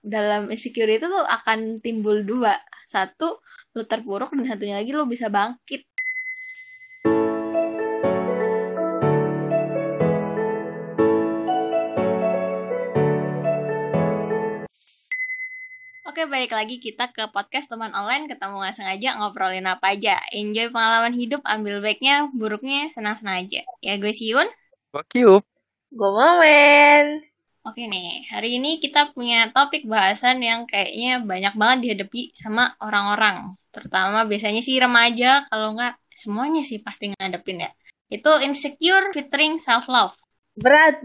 dalam insecure itu tuh akan timbul dua. Satu, lu terpuruk, dan satunya lagi lu bisa bangkit. Oke, balik lagi kita ke podcast teman online, ketemu nggak sengaja, ngobrolin apa aja. Enjoy pengalaman hidup, ambil baiknya, buruknya, senang-senang aja. Ya, gue Siun. Wakyup. Gue Momen. Oke nih, hari ini kita punya topik bahasan yang kayaknya banyak banget dihadapi sama orang-orang. Terutama biasanya sih remaja, kalau nggak semuanya sih pasti ngadepin ya. Itu insecure featuring self-love. Berat.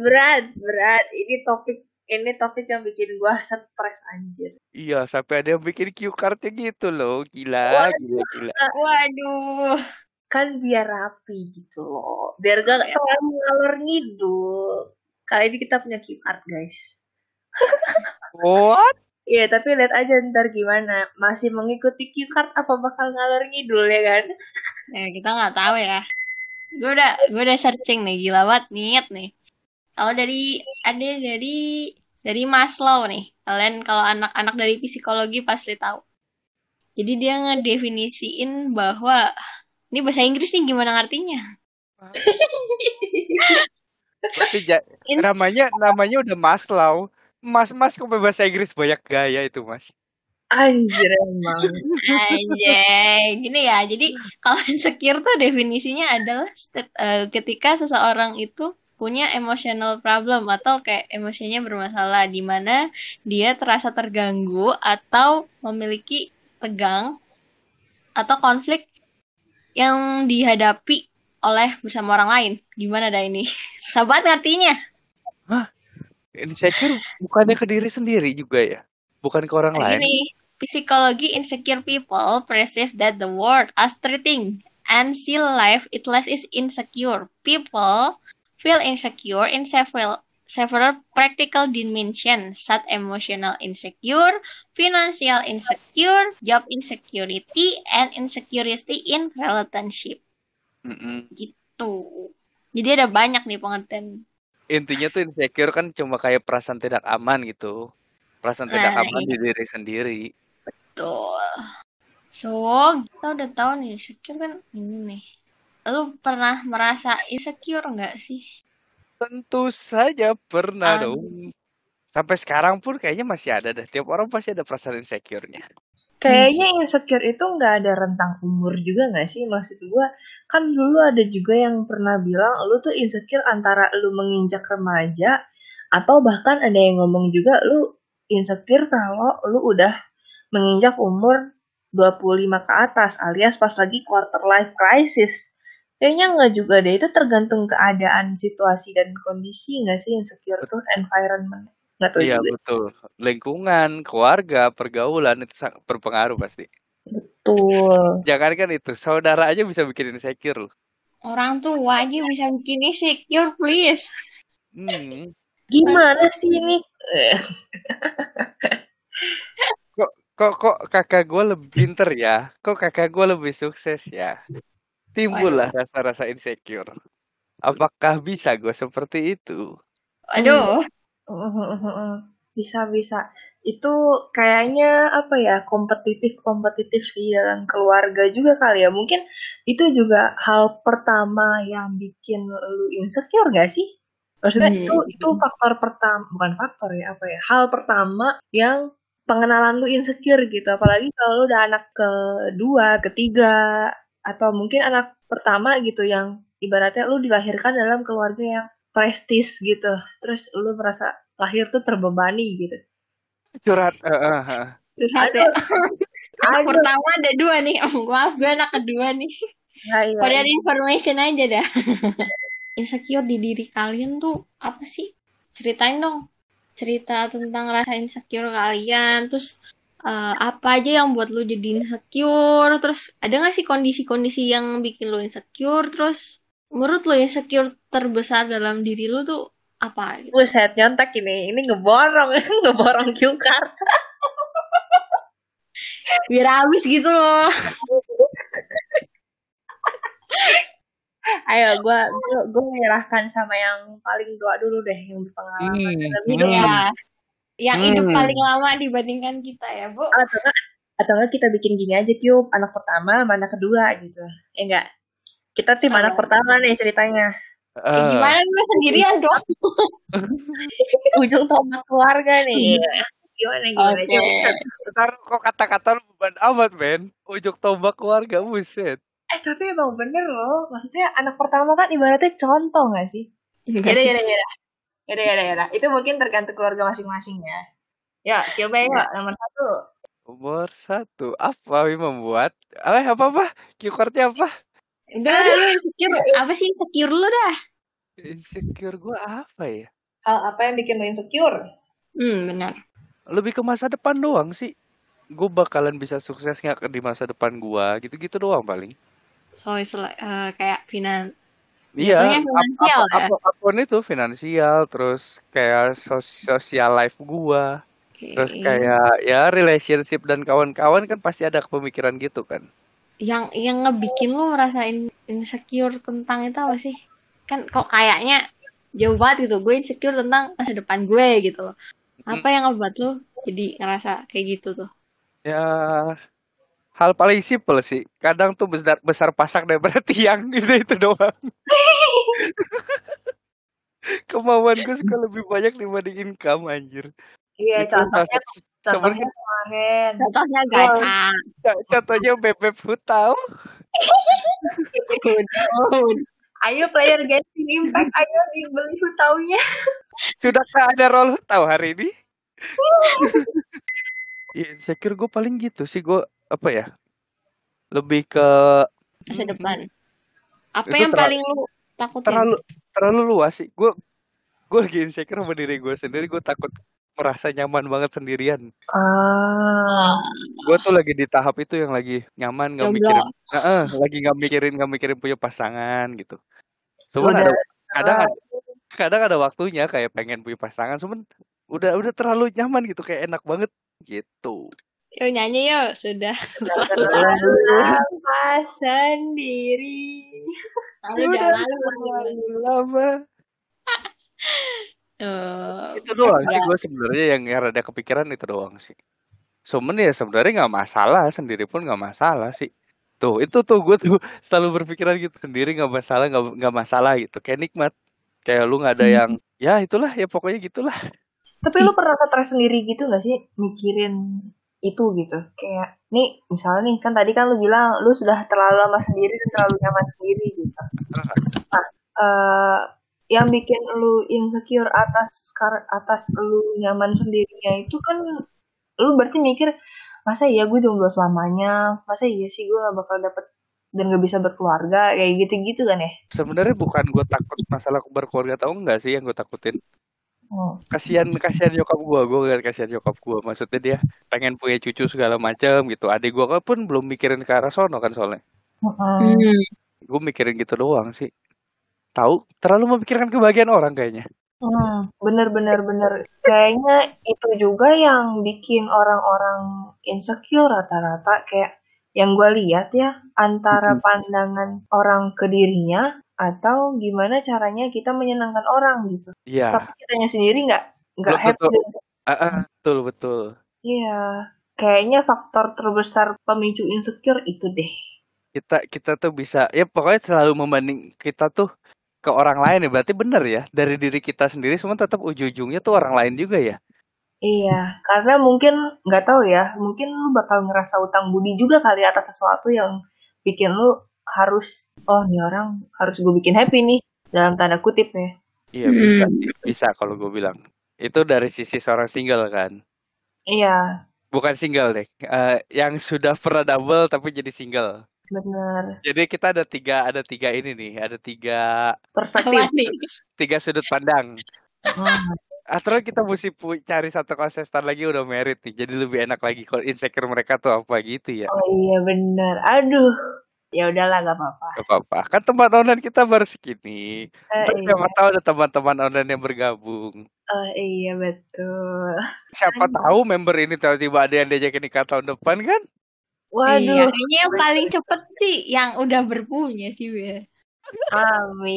Ini topik yang bikin gue stres anjir. Iya, sampai ada yang bikin cue card-nya gitu loh. Gila. Waduh. Kan biar rapi gitu loh. Biar gak terlalu ngalor ngidul. Kali ini kita punya cue card, guys. What? Iya, tapi lihat aja ntar gimana. Masih mengikuti cue card apa bakal ngalor ngidul ya kan? Ya, kita nggak tahu ya. Gue udah searching nih, gila banget niat nih. Kalau dari Maslow nih. Kalian kalau anak-anak dari psikologi pasti tahu. Jadi dia ngedefinisiin bahwa ini bahasa Inggris nih, gimana artinya? Berarti namanya udah Maslow. Mas kok bahasa Inggris banyak gaya itu, Mas. Anjir emang. Anjay, gini ya. Jadi kalau insecure tuh definisinya adalah ketika seseorang itu punya emotional problem atau kayak emosinya bermasalah, di mana dia terasa terganggu atau memiliki tegang atau konflik yang dihadapi oleh bersama orang lain. Gimana dah ini? Susah banget ngertinya. Hah? Insecure bukannya ke diri sendiri juga ya? Bukan ke orang lain? Gini, psikologi insecure people perceive that the world is threatening and see life it life is insecure. People feel insecure in several practical dimensions, such emotional insecure, financial insecure, job insecurity, and insecurity in relationship. Gitu. Jadi ada banyak nih pengertian. Intinya tuh insecure kan cuma kayak perasaan tidak aman gitu. Perasaan tidak aman di diri sendiri. Betul. So, kita udah tahu nih, insecure kan ini nih. Lu pernah merasa insecure nggak sih? Tentu saja pernah dong. Sampai sekarang pun kayaknya masih ada deh. Tiap orang pasti ada perasaan insecure-nya. Kayaknya insecure itu nggak ada rentang umur juga nggak sih? Maksud gue, kan dulu ada juga yang pernah bilang, lu tuh insecure antara lu menginjak remaja, atau bahkan ada yang ngomong juga, lu insecure kalau lu udah menginjak umur 25 ke atas, alias pas lagi quarter life crisis. Kayaknya nggak juga deh, itu tergantung keadaan, situasi, dan kondisi nggak sih insecure tuh, environment. Nggak tahu Iya juga. betul. Lingkungan, keluarga, pergaulan itu sangat berpengaruh pasti. Betul. Jangan kan itu, saudara aja bisa bikin insecure loh. Orang tua aja bisa bikin insecure, please. Gimana sih ini? Kok kakak gue lebih pinter ya? Kok kakak gue lebih sukses ya? Timbullah rasa-rasa insecure. Apakah bisa gue seperti itu? Aduh. Bisa. Itu kayaknya apa ya, kompetitif di dalam keluarga juga kali ya. Mungkin itu juga hal pertama yang bikin lu insecure gak sih? Maksudnya itu faktor pertama, bukan faktor ya, apa ya, hal pertama yang pengenalan lu insecure gitu. Apalagi kalau lu udah anak kedua, ketiga, atau mungkin anak pertama gitu, yang ibaratnya lu dilahirkan dalam keluarga yang prestis gitu. Terus lu merasa lahir tuh terbebani gitu. Curhat. Curhat ya. Anak pertama ada 2 nih. Maaf, gue anak kedua nih. Pada information aja dah. Insecure di diri kalian tuh apa sih? Ceritain dong. Cerita tentang rasa insecure kalian. Terus apa aja yang buat lu jadi insecure? Terus ada gak sih kondisi-kondisi yang bikin lu insecure? Terus menurut lu insecure terbesar dalam diri lu tuh apa? Gitu? Buset, nyontek ini ngeborong cue card. Biar habis gitu loh. Ayo, gue menyerahkan sama yang paling tua dulu deh, yang berpengalaman. yang hidup paling lama dibandingkan kita ya, Bu. Atau enggak kita bikin gini aja, Tiup, anak pertama sama anak kedua gitu. Enggak. Kita tim anak pertama nih ceritanya. Gimana gue sendirian dong? Ujung tombak keluarga nih. Gimana? Ntar kok kata-kata lu beban amat, men. Ujung tombak keluarga, buset. Tapi emang bener loh. Maksudnya anak pertama kan ibaratnya contoh gak sih? Yaudah. Itu mungkin tergantung keluarga masing-masing ya. Ya, coba ya, nomor 1. Nomor 1. Apa yang membuat? Apa? Keywordnya apa? Udah, lu insecure. Apa sih insecure lu dah? Insecure gue apa ya? Hal apa yang bikin lu insecure? Benar. Lebih ke masa depan doang sih. Gue bakalan bisa sukses gak di masa depan gue. Gitu-gitu doang paling. So, kayak iya, finansial apapun itu finansial, terus kayak social life gua, terus kayak ya relationship dan kawan-kawan kan pasti ada pemikiran gitu kan. Yang ngebikin lo ngerasain insecure tentang itu apa sih? Kan kok kayaknya jauh banget gitu. Gue insecure tentang masa depan gue gitu loh. Apa yang ngebuat lo jadi ngerasa kayak gitu tuh? Ya hal paling simpel sih. Kadang tuh besar pasak daripada tiang itu doang. Kemauan gue suka lebih banyak dibanding income, anjir. Iya, contohnya kemarin. Contohnya gacha. Contohnya Bebek Hutau. Ayo player Genshin Impact, ayo dibeli Hutaunya. Sudahkah ada roll Hutau hari ini? Saya kira gue paling gitu sih, gue apa ya? Lebih ke masa depan. Apa yang paling lu takutin? Terlalu luas sih. Gue lagi insecure sama diri gue sendiri. Gue takut merasa nyaman banget sendirian. Gue tuh lagi di tahap itu yang lagi nyaman, nggak mikirin, lagi nggak mikirin punya pasangan gitu. Cuman kadang ada waktunya kayak pengen punya pasangan, cuman udah terlalu nyaman gitu, kayak enak banget gitu. Yuk nyanyi yuk, sudah lama sendiri. Sudah lama. Itu doang sih gue sebenarnya yang rada kepikiran itu doang sih. Cuman ya sebenarnya nggak masalah, sendiri pun nggak masalah sih. Itu gue tuh selalu berpikiran gitu, sendiri nggak masalah gitu, kayak nikmat. Kayak lu nggak ada yang, ya itulah ya pokoknya gitulah. Tapi lu pernah stres sendiri gitu nggak sih mikirin itu gitu? Kayak nih misalnya nih kan tadi kan lu bilang lu sudah terlalu lama sendiri dan terlalu nyaman sendiri gitu. Nah, yang bikin lu insecure atas lu nyaman sendirinya itu kan lu berarti mikir, masa iya gue jomblo selamanya, masa iya sih gue gak bakal dapet dan gak bisa berkeluarga, kayak gitu-gitu kan ya? Sebenarnya bukan gue takut masalah berkeluarga atau enggak sih yang gue takutin. Kasihan nyokap gue ngeliat kasihan nyokap gue, maksudnya dia pengen punya cucu segala macam gitu. Adik gue pun belum mikirin ke arah sono kan soalnya. Gue mikirin gitu doang sih. Tahu terlalu memikirkan kebahagiaan orang kayaknya. Bener. Kayaknya itu juga yang bikin orang-orang insecure rata-rata, kayak yang gue lihat ya, antara pandangan orang ke dirinya atau gimana caranya kita menyenangkan orang gitu. Iya. Tapi kitanya sendiri nggak happy. Betul. Iya, kayaknya faktor terbesar pemicu insecure itu deh. Kita tuh bisa, ya pokoknya selalu membanding kita tuh ke orang lain ya, berarti bener ya, dari diri kita sendiri semua tetap ujung-ujungnya tuh orang lain juga ya. Iya, karena mungkin nggak tahu ya, mungkin lu bakal ngerasa utang budi juga kali atas sesuatu yang bikin lu harus, nih orang harus gue bikin happy nih, dalam tanda kutip ya. Iya bisa kalau gue bilang. Itu dari sisi seorang single kan. Iya. Bukan single deh, yang sudah pernah double tapi jadi single. Benar. Jadi kita ada tiga ini nih, ada 3 perspektif, 3 sudut pandang. Terus kita mesti cari satu kontestan lagi udah married nih, jadi lebih enak lagi kalau insecure mereka tuh apa gitu ya. Oh iya benar, aduh, ya udahlah nggak apa-apa. Gak apa-apa, kan teman online kita baru segini. Siapa tahu ada teman-teman online yang bergabung. Oh iya betul. Siapa tahu member ini tiba-tiba ada yang diajakin nikah tahun depan kan? Waduh. Iya, kayaknya yang paling cepet sih yang udah berpunya sih, Be.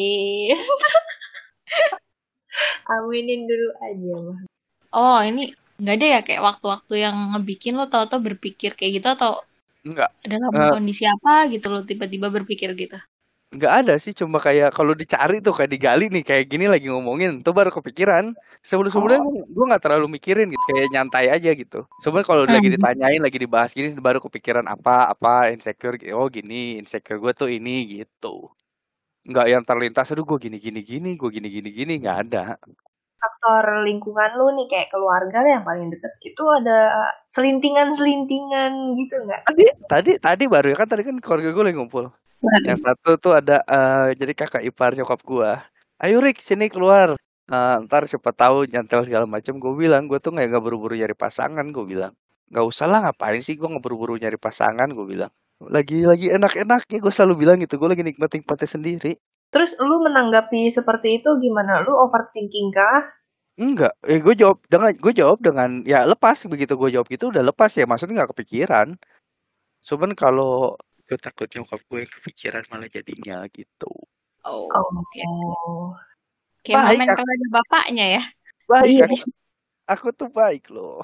Amin. Aminin dulu aja mah. Oh, ini nggak ada ya kayak waktu-waktu yang ngebikin lo tau-tau berpikir kayak gitu, atau Enggak. dalam kondisi apa gitu lo tiba-tiba berpikir gitu? Enggak ada sih, cuma kayak kalau dicari tuh kayak digali nih kayak gini lagi ngomongin tuh baru kepikiran. Sebelum-sebelumnya gue nggak terlalu mikirin gitu, kayak nyantai aja gitu. Sebenarnya kalau lagi ditanyain, lagi dibahas gini baru kepikiran apa insecure. Oh gini, insecure gue tuh ini gitu. Enggak yang terlintas, aduh gue gini, gue gini, nggak ada. Faktor lingkungan lu nih kayak keluarga yang paling deket itu ada selintingan gitu nggak? Tadi baru ya kan, tadi kan keluarga gue lagi ngumpul. Yang satu tuh ada jadi kakak ipar nyokap gue. Ayo Rick sini keluar. Ntar siapa tahu nyantel segala macam. Gue bilang gue tuh nggak buru-buru nyari pasangan. Gue bilang nggak usah lah, ngapain sih gue nggak buru-buru nyari pasangan. Gue bilang lagi enak-enaknya, gue selalu bilang gitu. Gue lagi nikmatin sendiri. Terus lu menanggapi seperti itu gimana? Lu overthinking kah? Enggak, gue jawab dengan ya lepas. Begitu gue jawab gitu udah lepas ya, maksudnya nggak kepikiran. Cuman kalau gue takut nyokap gue kepikiran malah jadinya gitu. Oh. Kayak momen kalau ada bapaknya ya. Baik, aku tuh baik loh.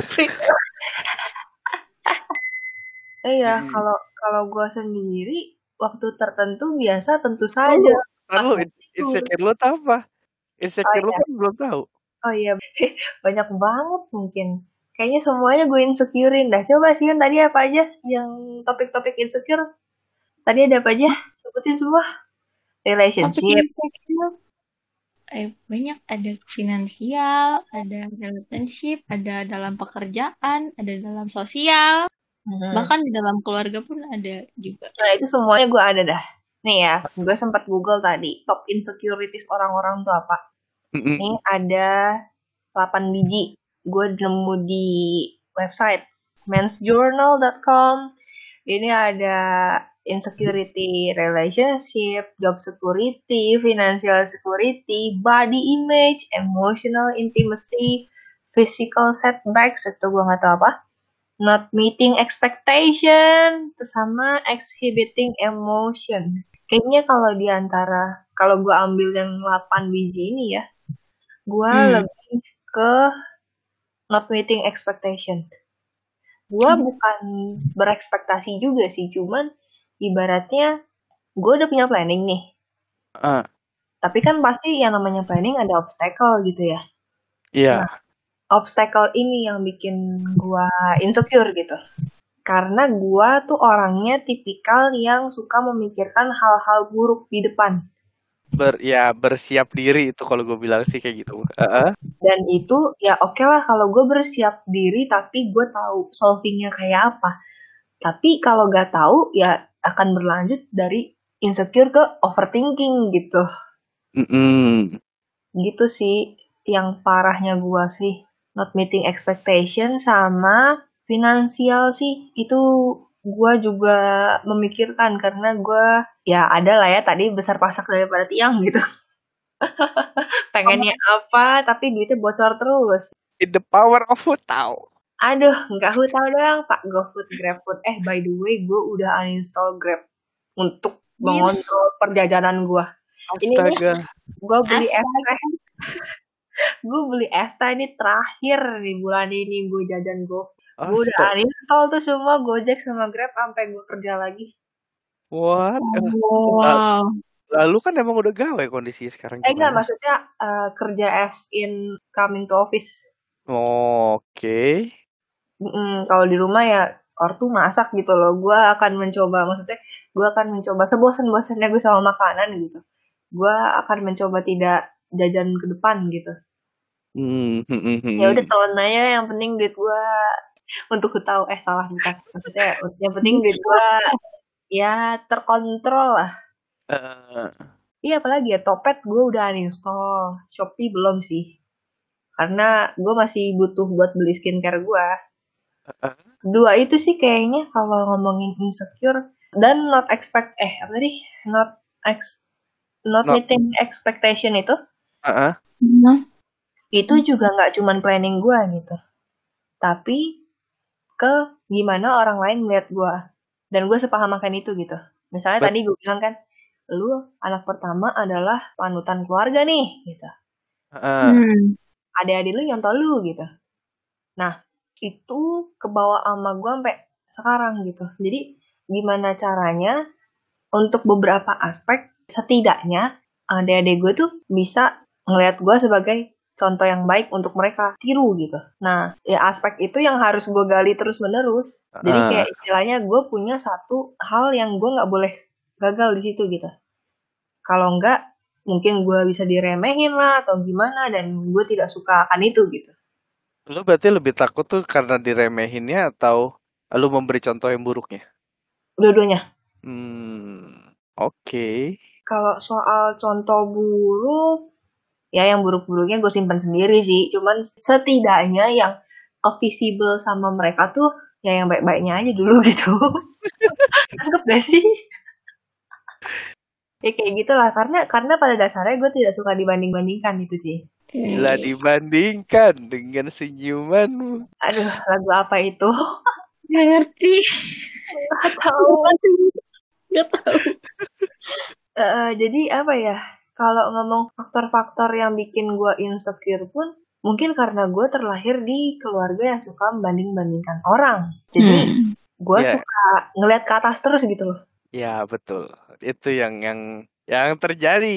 Iya, kalau gue sendiri waktu tertentu biasa tentu saja. Lalu insecure lo apa? Insecure lo kan belum tahu. Oh iya, banyak banget mungkin. Kayaknya semuanya gue insecurein dah. Coba sih kan tadi apa aja yang topik-topik insecure? Tadi ada apa aja? Sebutin semua. Relationship. Banyak, ada finansial, ada relationship, ada dalam pekerjaan, ada dalam sosial, bahkan di dalam keluarga pun ada juga. Nah itu semuanya gue ada dah. Nih ya, gue sempat Google tadi top insecurities orang-orang tuh apa. Nih ada 8 biji. Gue nemu di website mensjournal.com. Ini ada insecurity, relationship, job security, financial security, body image, emotional intimacy, physical setbacks, itu gue gak tahu apa, not meeting expectation, sama exhibiting emotion. Kayaknya kalau diantara, kalau gue ambil yang 8 biji ini ya, gue lebih ke not meeting expectation. Gue bukan berekspektasi juga sih, cuman ibaratnya gue udah punya planning nih. Tapi kan pasti yang namanya planning ada obstacle gitu ya. Iya. Nah, obstacle ini yang bikin gue insecure gitu. Karena gue tuh orangnya tipikal yang suka memikirkan hal-hal buruk di depan. Bersiap diri itu kalau gue bilang sih kayak gitu. Dan itu ya oke lah kalau gue bersiap diri tapi gue tahu solvingnya kayak apa. Tapi kalau gak tahu ya akan berlanjut dari insecure ke overthinking gitu. Gitu sih yang parahnya gue sih. Not meeting expectation sama finansial sih. Itu gue juga memikirkan karena gue ya ada lah ya tadi besar pasak daripada tiang gitu. Pengennya apa tapi duitnya bocor terus. In the power of hutau. Aduh, nggak hutau doang, Pak. GoFood, GrabFood. By the way, gue udah uninstall Grab untuk mengontrol perjajanan gue. Ini nih, gue beli es teh. Gue beli es teh ini terakhir di bulan ini gue jajan GoFood. Gue udah uninstall tuh semua Gojek sama Grab sampai gue kerja lagi. What? Wow. Lalu kan emang udah gawe kondisi sekarang. Enggak, maksudnya kerja as in coming to office. Oke. Kalau di rumah ya ortu masak gitu loh. Gue akan mencoba, maksudnya gue akan mencoba sebosan-bosannya gue sama makanan gitu. Gue akan mencoba tidak jajan ke depan gitu. Ya udah telan aja, yang penting duit gue untuk tahu salah bukan. Maksudnya yang penting duit gue ya terkontrol lah. Iya apalagi ya Topet gue udah uninstall, Shopee belum sih. Karena gue masih butuh buat beli skincare gue. Dua itu sih kayaknya kalau ngomongin insecure dan not meeting expectation itu. Itu juga nggak cuman planning gue gitu, tapi ke gimana orang lain melihat gue dan gue sepahamakan itu gitu. Misalnya tadi gue bilang kan, lu anak pertama adalah panutan keluarga nih gitu. Adik-adik lu nyontoh lu gitu. Nah, itu kebawa sama gue sampai sekarang gitu. Jadi gimana caranya untuk beberapa aspek setidaknya adik-adik gue tuh bisa ngelihat gue sebagai contoh yang baik untuk mereka tiru gitu. Nah, ya aspek itu yang harus gue gali terus-menerus. Jadi kayak istilahnya gue punya satu hal yang gue nggak boleh gagal di situ gitu. Kalau enggak, mungkin gue bisa diremehin lah atau gimana, dan gue tidak suka akan itu gitu. Lu berarti lebih takut tuh karena diremehinnya atau lu memberi contoh yang buruknya? Dua-duanya. Oke. Kalau soal contoh buruk, ya yang buruk-buruknya gue simpan sendiri sih. Cuman setidaknya yang visible sama mereka tuh ya yang baik-baiknya aja dulu gitu. Anggap gak sih? Ya kayak gitulah, karena pada dasarnya gue tidak suka dibanding-bandingkan itu sih. Bila dibandingkan dengan senyumanmu. Aduh, lagu apa itu? Gak ngerti. Gak tahu. Gak tahu. Jadi apa ya? Kalau ngomong faktor-faktor yang bikin gue insecure pun mungkin karena gue terlahir di keluarga yang suka membanding-bandingkan orang. Jadi gue suka ngeliat ke atas terus gitu loh. Ya betul. Itu yang terjadi.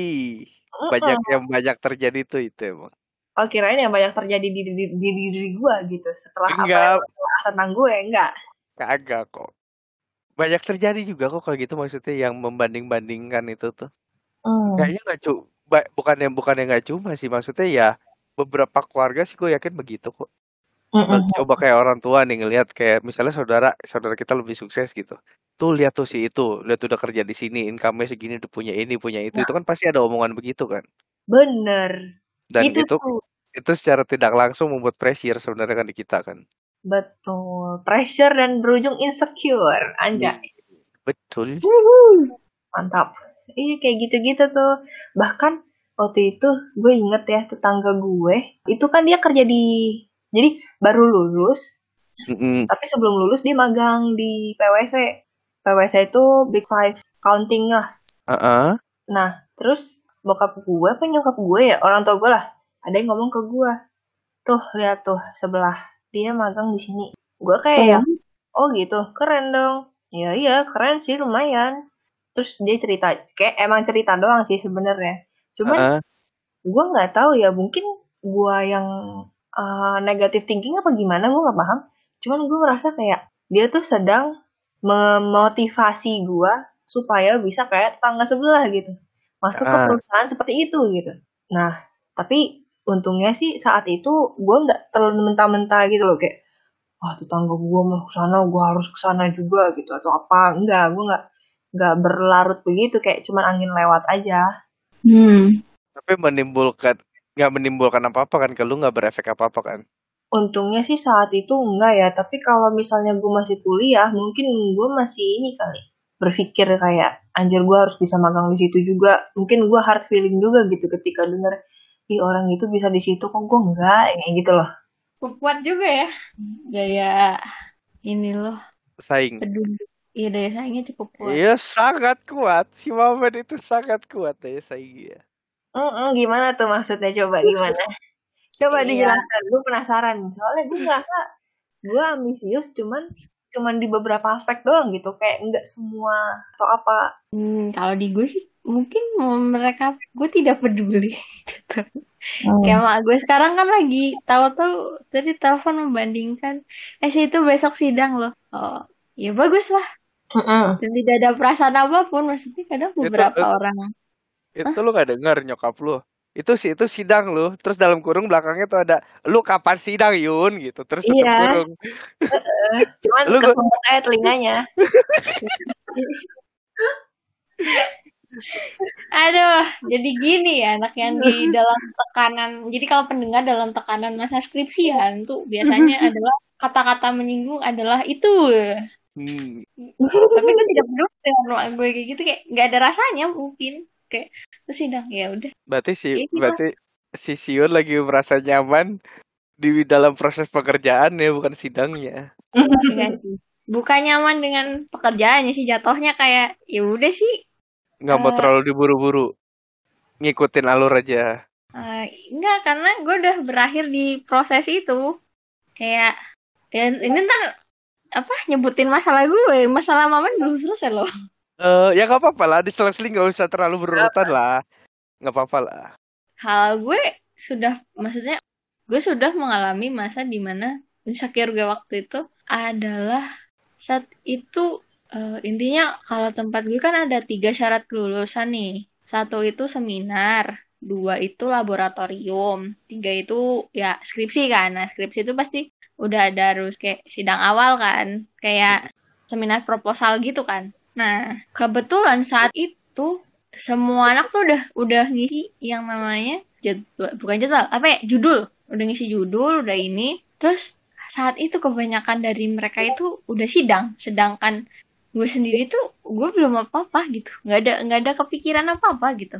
Banyak terjadi itu emang. Oh, kirain yang banyak terjadi di diri gue gitu setelah apa yang tentang gue. Enggak. Kagak kok. Banyak terjadi juga kok kalau gitu, maksudnya yang membanding-bandingkan itu tuh. Kayaknya bukannya nggak cuma sih, maksudnya ya beberapa keluarga sih gue yakin begitu kok. Coba kayak orang tua nih ngelihat kayak misalnya saudara kita lebih sukses gitu. Tuh lihat tuh lihat udah kerja di sini, income-nya segini, udah punya ini, punya itu. Itu kan pasti ada omongan begitu kan. Bener. Dan itu secara tidak langsung membuat pressure sebenarnya kan di kita kan. Betul. Pressure dan berujung insecure. Anjay. Betul. Mantap. Iya kayak gitu-gitu tuh. Bahkan waktu itu gue inget ya, tetangga gue itu kan dia kerja jadi baru lulus. Tapi sebelum lulus dia magang di PwC. PwC itu Big Five Counting lah. Nah, terus bokap gue apa nyokap gue ya, orang tua gue lah, ada yang ngomong ke gue, tuh lihat tuh sebelah dia magang di sini. Gue kayak oh gitu, keren dong. Iya keren sih, lumayan. Terus dia cerita, kayak emang cerita doang sih sebenarnya. Cuman gue nggak tahu ya, mungkin gue yang negative thinking apa gimana, gue nggak paham. Cuman gue merasa kayak dia tuh sedang memotivasi gue supaya bisa kayak tetangga sebelah gitu, masuk ke perusahaan seperti itu gitu. Nah, tapi untungnya sih saat itu gue nggak terlalu mentah-mentah gitu loh, kayak tetangga gue mau kesana, gue harus kesana juga gitu atau apa. Enggak, gue nggak berlarut begitu, kayak cuman angin lewat aja. Tapi nggak menimbulkan apa-apa kan, kalau nggak berefek apa-apa kan? Untungnya sih saat itu enggak ya, tapi kalau misalnya gue masih kuliah, mungkin gue masih ini kali, berpikir kayak anjir gue harus bisa magang di situ juga. Mungkin gue hard feeling juga gitu ketika denger orang itu bisa di situ kok gue enggak, kayak gitu loh. Kuat juga ya gaya ini loh, saing. Iya, daya saingnya cukup kuat. Iya, sangat kuat. Si Mamet itu sangat kuat daya saingnya. Gimana tuh maksudnya, coba gimana? Coba dijelaskan, gue penasaran. Soalnya gue merasa gue ambisius cuman di beberapa aspek doang gitu, kayak enggak semua atau apa. Kalau di gue sih mungkin mereka, gue tidak peduli gitu. Kayak mak gue sekarang kan lagi tahu-tahu tadi telepon membandingkan, itu besok sidang loh. Oh ya bagus lah. Dan tidak ada perasaan apapun, maksudnya kadang beberapa orang. Itu lu gak dengar nyokap lu? Itu sidang lu, terus dalam kurung belakangnya tuh ada lu kapan sidang Yun gitu, terus tutup kurung. Cuman lu kesempet aja telinganya. Aduh, jadi gini ya anak yang di dalam tekanan. Jadi kalau pendengar dalam tekanan masa skripsian tuh biasanya adalah kata-kata menyinggung adalah itu. Tapi gue tidak peduli dengan gue kayak gitu, kayak nggak ada rasanya mungkin. Kayak terus sidang ya udah. Berarti si Siun lagi merasa nyaman di dalam proses pekerjaan ya, bukan sidangnya. Enggak sih. Bukan nyaman dengan pekerjaannya sih, jatuhnya kayak ya udah sih. Nggak mau terlalu diburu-buru, ngikutin alur aja. Enggak, karena gue udah berakhir di proses itu. Kayak ya ini ntar apa nyebutin masalah gue, masalah Maman belum selesai loh. Ya nggak apa-apa lah, diselang-seling nggak usah terlalu berurutan lah, nggak apa-apa lah. Kalau gue maksudnya gue sudah mengalami masa dimana insecure gue waktu itu adalah saat itu intinya kalau tempat gue kan ada 3 syarat kelulusan nih. 1 itu seminar, 2 itu laboratorium, 3 itu ya skripsi kan. Nah skripsi itu pasti udah ada harus kayak sidang awal kan, kayak seminar proposal gitu kan. Nah kebetulan saat itu semua anak tuh udah ngisi yang namanya bukan jadwal apa ya, judul, udah ngisi judul, udah ini. Terus saat itu kebanyakan dari mereka itu udah sidang, sedangkan gue sendiri tuh gue belum apa-apa gitu, nggak ada kepikiran apa-apa gitu.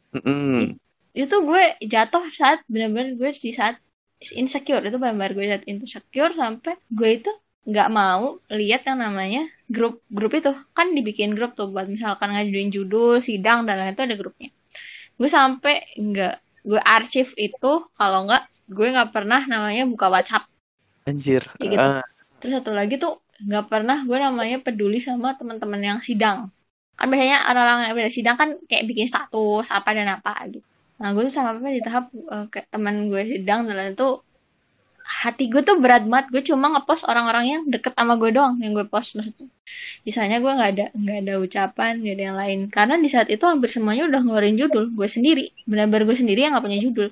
Itu gue jatuh saat benar-benar gue di saat insecure, itu benar-benar gue saat insecure sampai gue itu nggak mau lihat yang namanya grup itu kan dibikin grup tuh buat misalkan ngajuin judul, sidang dan lain-lain itu ada grupnya. Gue sampai gue arsip itu, kalau nggak gue nggak pernah namanya buka WhatsApp. Anjir. Gitu. Terus satu lagi tuh nggak pernah gue namanya peduli sama teman-teman yang sidang. Kan biasanya orang-orang yang beda sidang kan kayak bikin status apa dan apa gitu. Nah gue tuh sampai di tahap kayak teman gue sidang dan lain itu hati gue tuh berat banget. Gue cuma ngepost orang-orang yang deket sama gue doang yang gue post, maksudnya sisanya gue nggak ada ucapan, nggak ada yang lain, karena di saat itu hampir semuanya udah ngeluarin judul. Gue sendiri, benar-benar gue sendiri yang nggak punya judul.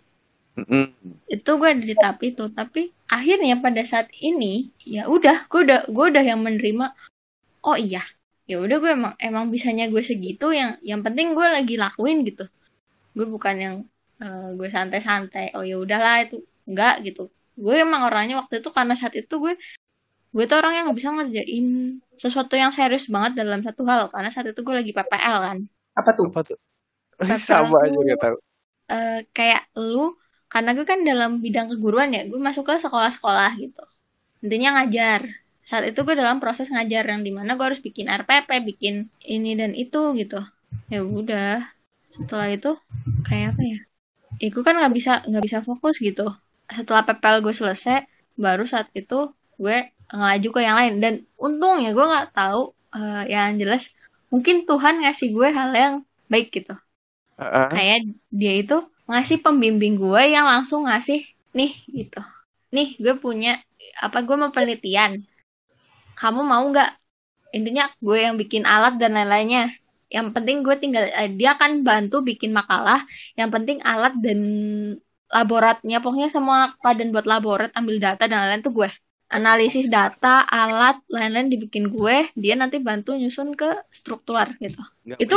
Itu gue ada di tahap itu. Tapi akhirnya pada saat ini ya udah gue udah yang menerima, oh iya ya udah gue emang bisanya gue segitu, yang penting gue lagi lakuin gitu. Gue bukan yang gue santai-santai, oh ya udahlah itu enggak gitu. Gue emang orangnya waktu itu, karena saat itu gue tuh orang yang nggak bisa ngerjain sesuatu yang serius banget dalam satu hal, karena saat itu gue lagi PPL kan. Apa tuh? Sama aja gak tahu. Kayak lu, karena gue kan dalam bidang keguruan ya, gue masuk ke sekolah-sekolah gitu. Intinya ngajar. Saat itu gue dalam proses ngajar yang dimana gue harus bikin RPP, bikin ini dan itu gitu. Ya udah, setelah itu kayak apa ya? Gue kan nggak bisa fokus gitu. Setelah PPL gue selesai, baru saat itu gue ngelaju ke yang lain. Dan untungnya gue nggak tahu, yang jelas mungkin Tuhan ngasih gue hal yang baik gitu. Kayak dia itu ngasih pembimbing gue yang langsung ngasih nih gitu. Nih gue punya gue mau penelitian. Kamu mau nggak? Intinya gue yang bikin alat dan lain-lainnya. Yang penting gue tinggal, dia akan bantu bikin makalah. Yang penting alat dan laboratnya, pokoknya semua padan buat laborat, ambil data dan lain-lain tuh gue. Analisis data, alat, lain-lain dibikin gue. Dia nanti bantu nyusun ke struktural gitu. Itu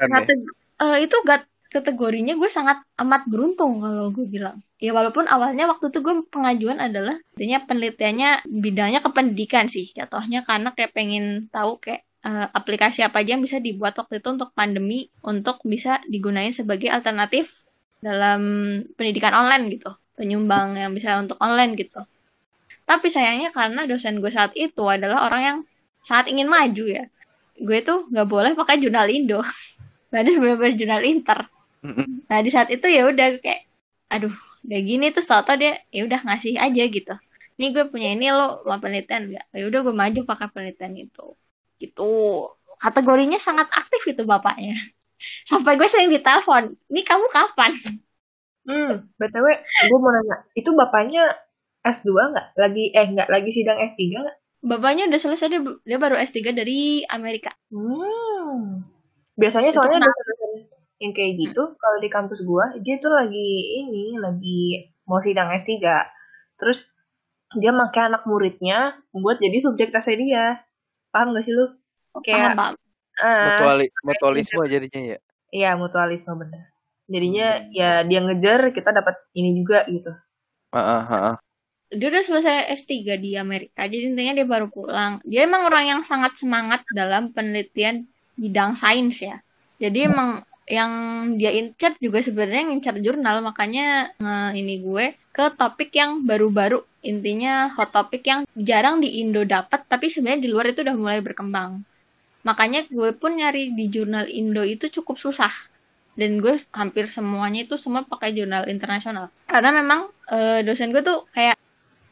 kategorinya gue sangat amat beruntung kalau gue bilang. Ya walaupun awalnya waktu itu gue pengajuan adalah intinya penelitiannya bidangnya kependidikan sih jatuhnya, karena kayak pengen tahu kayak aplikasi apa aja yang bisa dibuat waktu itu untuk pandemi untuk bisa digunain sebagai alternatif dalam pendidikan online gitu, penyumbang yang bisa untuk online gitu. Tapi sayangnya karena dosen gue saat itu adalah orang yang sangat ingin maju ya, gue tuh nggak boleh pakai jurnal Indo, ada beberapa jurnal Inter. Nah di saat itu ya udah kayak aduh udah gini, tuh tau dia ya udah ngasih aja gitu, nih gue punya ini, lo mau penelitian nggak? Ya udah gue maju pakai penelitian itu gitu. Kategorinya sangat aktif itu bapaknya. Sampai gue sering ditelepon, nih kamu kapan? BTW gue mau nanya, itu bapaknya S2 nggak? Nggak lagi sidang S3 nggak? Bapaknya udah selesai, dia baru S3 dari Amerika. Biasanya soalnya dosen-dosen yang kayak gitu, kalau di kampus gue, dia tuh lagi mau sidang S3. Terus dia pakai anak muridnya buat jadi subjek tesnya dia. Paham gak sih lu? Paham. Mutualisme jadinya ya? Iya, mutualisme bener. Jadinya ya dia ngejar, kita dapat ini juga gitu. Dia udah selesai S3 di Amerika, jadi intinya dia baru pulang. Dia emang orang yang sangat semangat dalam penelitian bidang sains ya. Jadi emang yang dia incar juga sebenarnya ngincar jurnal, makanya ini gue ke topik yang baru-baru, intinya hot topic yang jarang di Indo dapat, tapi sebenarnya di luar itu udah mulai berkembang. Makanya gue pun nyari di jurnal Indo itu cukup susah, dan gue hampir semuanya itu semua pakai jurnal internasional, karena memang dosen gue tuh kayak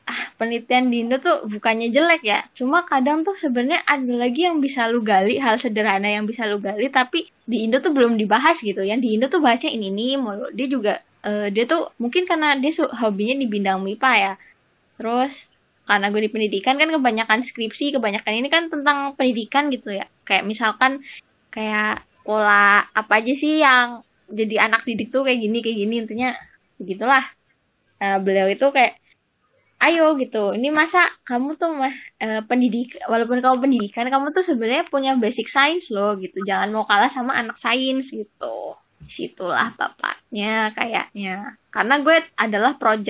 penelitian di Indo tuh bukannya jelek ya, cuma kadang tuh sebenarnya ada lagi yang bisa lu gali, hal sederhana yang bisa lu gali, tapi di Indo tuh belum dibahas gitu. Yang di Indo tuh bahasnya ini nih mulu. Dia juga dia tuh mungkin karena dia hobinya di bidang MIPA ya. Terus karena gue di pendidikan kan kebanyakan skripsi, kebanyakan ini kan tentang pendidikan gitu ya. Kayak misalkan kayak pola apa aja sih yang jadi anak didik tuh kayak gini intinya begitulah. Beliau itu kayak ayo gitu, ini masa kamu tuh pendidik, walaupun kamu pendidikan, kamu tuh sebenarnya punya basic science loh gitu, jangan mau kalah sama anak sains gitu. Situlah bapaknya kayaknya, karena gue adalah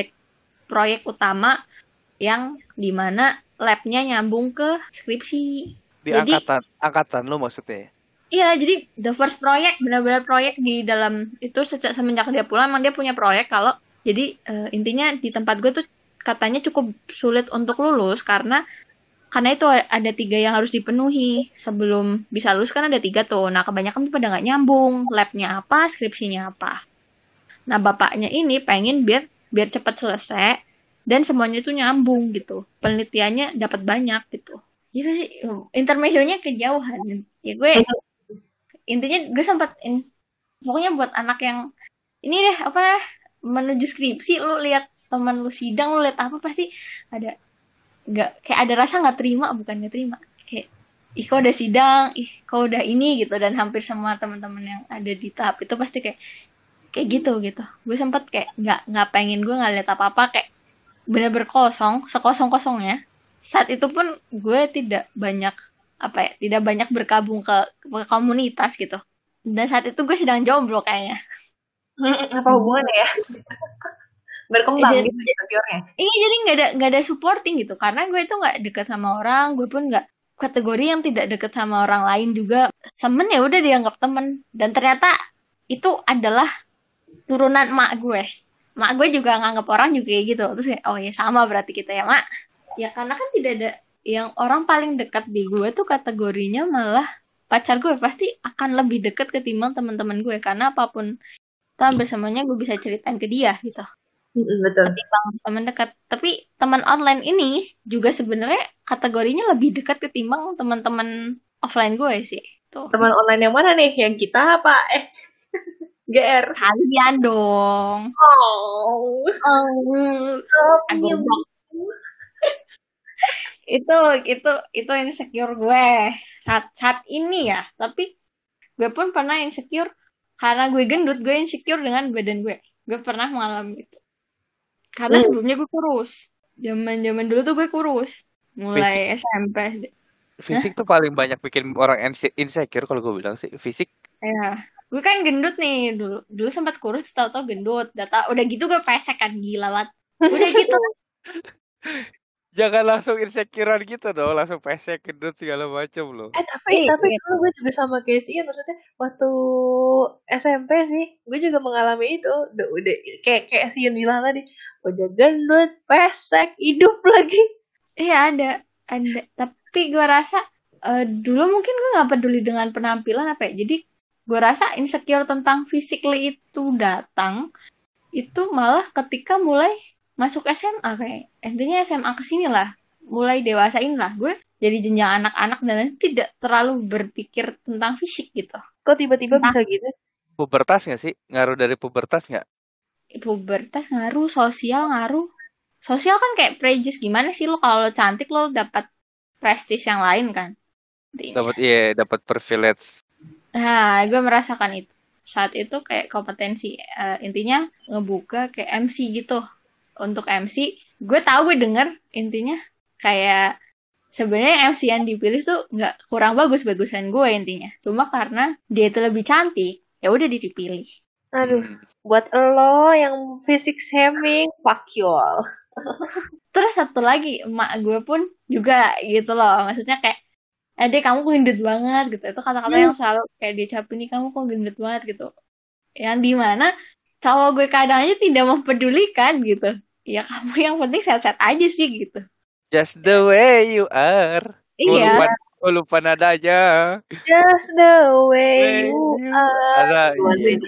proyek utama yang dimana labnya nyambung ke skripsi. Di jadi, angkatan lo maksudnya? Iya, jadi the first proyek, benar-benar proyek di dalam itu semenjak dia pulang emang dia punya proyek kalau jadi intinya di tempat gue tuh katanya cukup sulit untuk lulus karena itu ada 3 yang harus dipenuhi sebelum bisa lulus, kan ada 3 tuh. Nah kebanyakan tuh pada nggak nyambung, labnya apa, skripsinya apa. Nah bapaknya ini pengen biar cepat selesai dan semuanya tuh nyambung gitu, penelitiannya dapat banyak gitu. Itu sih intermezzonya kejauhan ya. Gue intinya gue sempat pokoknya buat anak yang ini deh apa menuju skripsi, lu lihat teman lu sidang, lu lihat apa pasti ada kayak ada rasa nggak terima, bukan nggak terima, kayak ih kau udah sidang, ih kau udah ini gitu. Dan hampir semua teman-teman yang ada di tahap itu pasti kayak gitu. Gue sempet kayak nggak pengen, gue nggak lihat apa-apa, kayak bener-bener kosong, sekosong-kosongnya. Saat itu pun gue tidak banyak berkabung ke komunitas gitu. Dan saat itu gue sedang jomblo kayaknya. Apa hubungannya ya? Berkembang gitu insecure-nya. Iya, jadi nggak ada supporting gitu, karena gue itu nggak deket sama orang, gue pun nggak kategori yang tidak deket sama orang lain juga. Semen ya udah dianggap temen, dan ternyata itu adalah turunan mak gue juga nganggap orang juga kayak gitu. Terus kayak oh ya sama berarti kita ya mak ya, karena kan tidak ada yang orang paling dekat di gue tuh kategorinya malah pacar gue pasti akan lebih dekat ketimbang teman-teman gue, karena apapun hampir semuanya gue bisa ceritain ke dia gitu. Betul. Ketimbang teman dekat. Tapi teman online ini juga sebenarnya kategorinya lebih dekat ketimbang teman-teman offline gue sih. Tuh. Teman online yang mana nih? Yang kita apa? GR. Kalian dong. Itu insecure gue saat ini ya. Tapi gue pun pernah insecure karena gue gendut. Gue insecure dengan badan gue. Gue pernah mengalami itu. Karena sebelumnya gue kurus. Zaman dulu tuh gue kurus. Mulai SMP. Fisik tuh paling banyak bikin orang insecure kalau gue bilang sih. Fisik. Ya. Gue kan gendut nih dulu. Dulu sempat kurus, tahu-tahu gendut. Udah gitu gue pesek kan, gila banget. Udah gitu. Jangan langsung insecurean gitu dong, langsung pesek, gendut segala macam loh. Tapi dulu gue juga sama kayak sih, maksudnya waktu SMP sih, gue juga mengalami itu. Udah kayak si bilang tadi, udah gendut, pesek, hidup lagi. Iya ada. Tapi gue rasa dulu mungkin gue nggak peduli dengan penampilan apa ya. Jadi gue rasa insecure tentang physically itu datang itu malah ketika mulai masuk SMA kayak. Intinya SMA kesini lah, mulai dewasain lah gue jadi jenjang anak-anak dan tidak terlalu berpikir tentang fisik gitu. Kok tiba-tiba bisa gitu? Pubertas nggak sih? Ngaruh dari pubertas nggak? Pubertas ngaruh, sosial ngaruh. Sosial kan kayak prejudice, gimana sih lo kalau lo cantik lo dapat prestis yang lain kan? Dapat privilege. Nah, gue merasakan itu. Saat itu kayak kompetensi intinya ngebuka kayak MC gitu. Untuk MC, gue tahu gue denger intinya kayak sebenarnya MC yang dipilih tuh nggak kurang bagusan gue intinya. Cuma karena dia itu lebih cantik, ya udah dipilih. Aduh, buat lo yang fisik shaming, fuck you all. Terus satu lagi, emak gue pun juga gitu loh. Maksudnya kayak, deh kamu kok gendut banget gitu. Itu kata-kata yang selalu kayak diucapin, nih kamu kok gendut banget gitu. Yang dimana cowok gue kadang aja tidak mempedulikan gitu. Ya kamu yang penting sehat-sehat aja sih gitu. Just the way you are. Iya. Gue lupa nadanya. Just the way you are.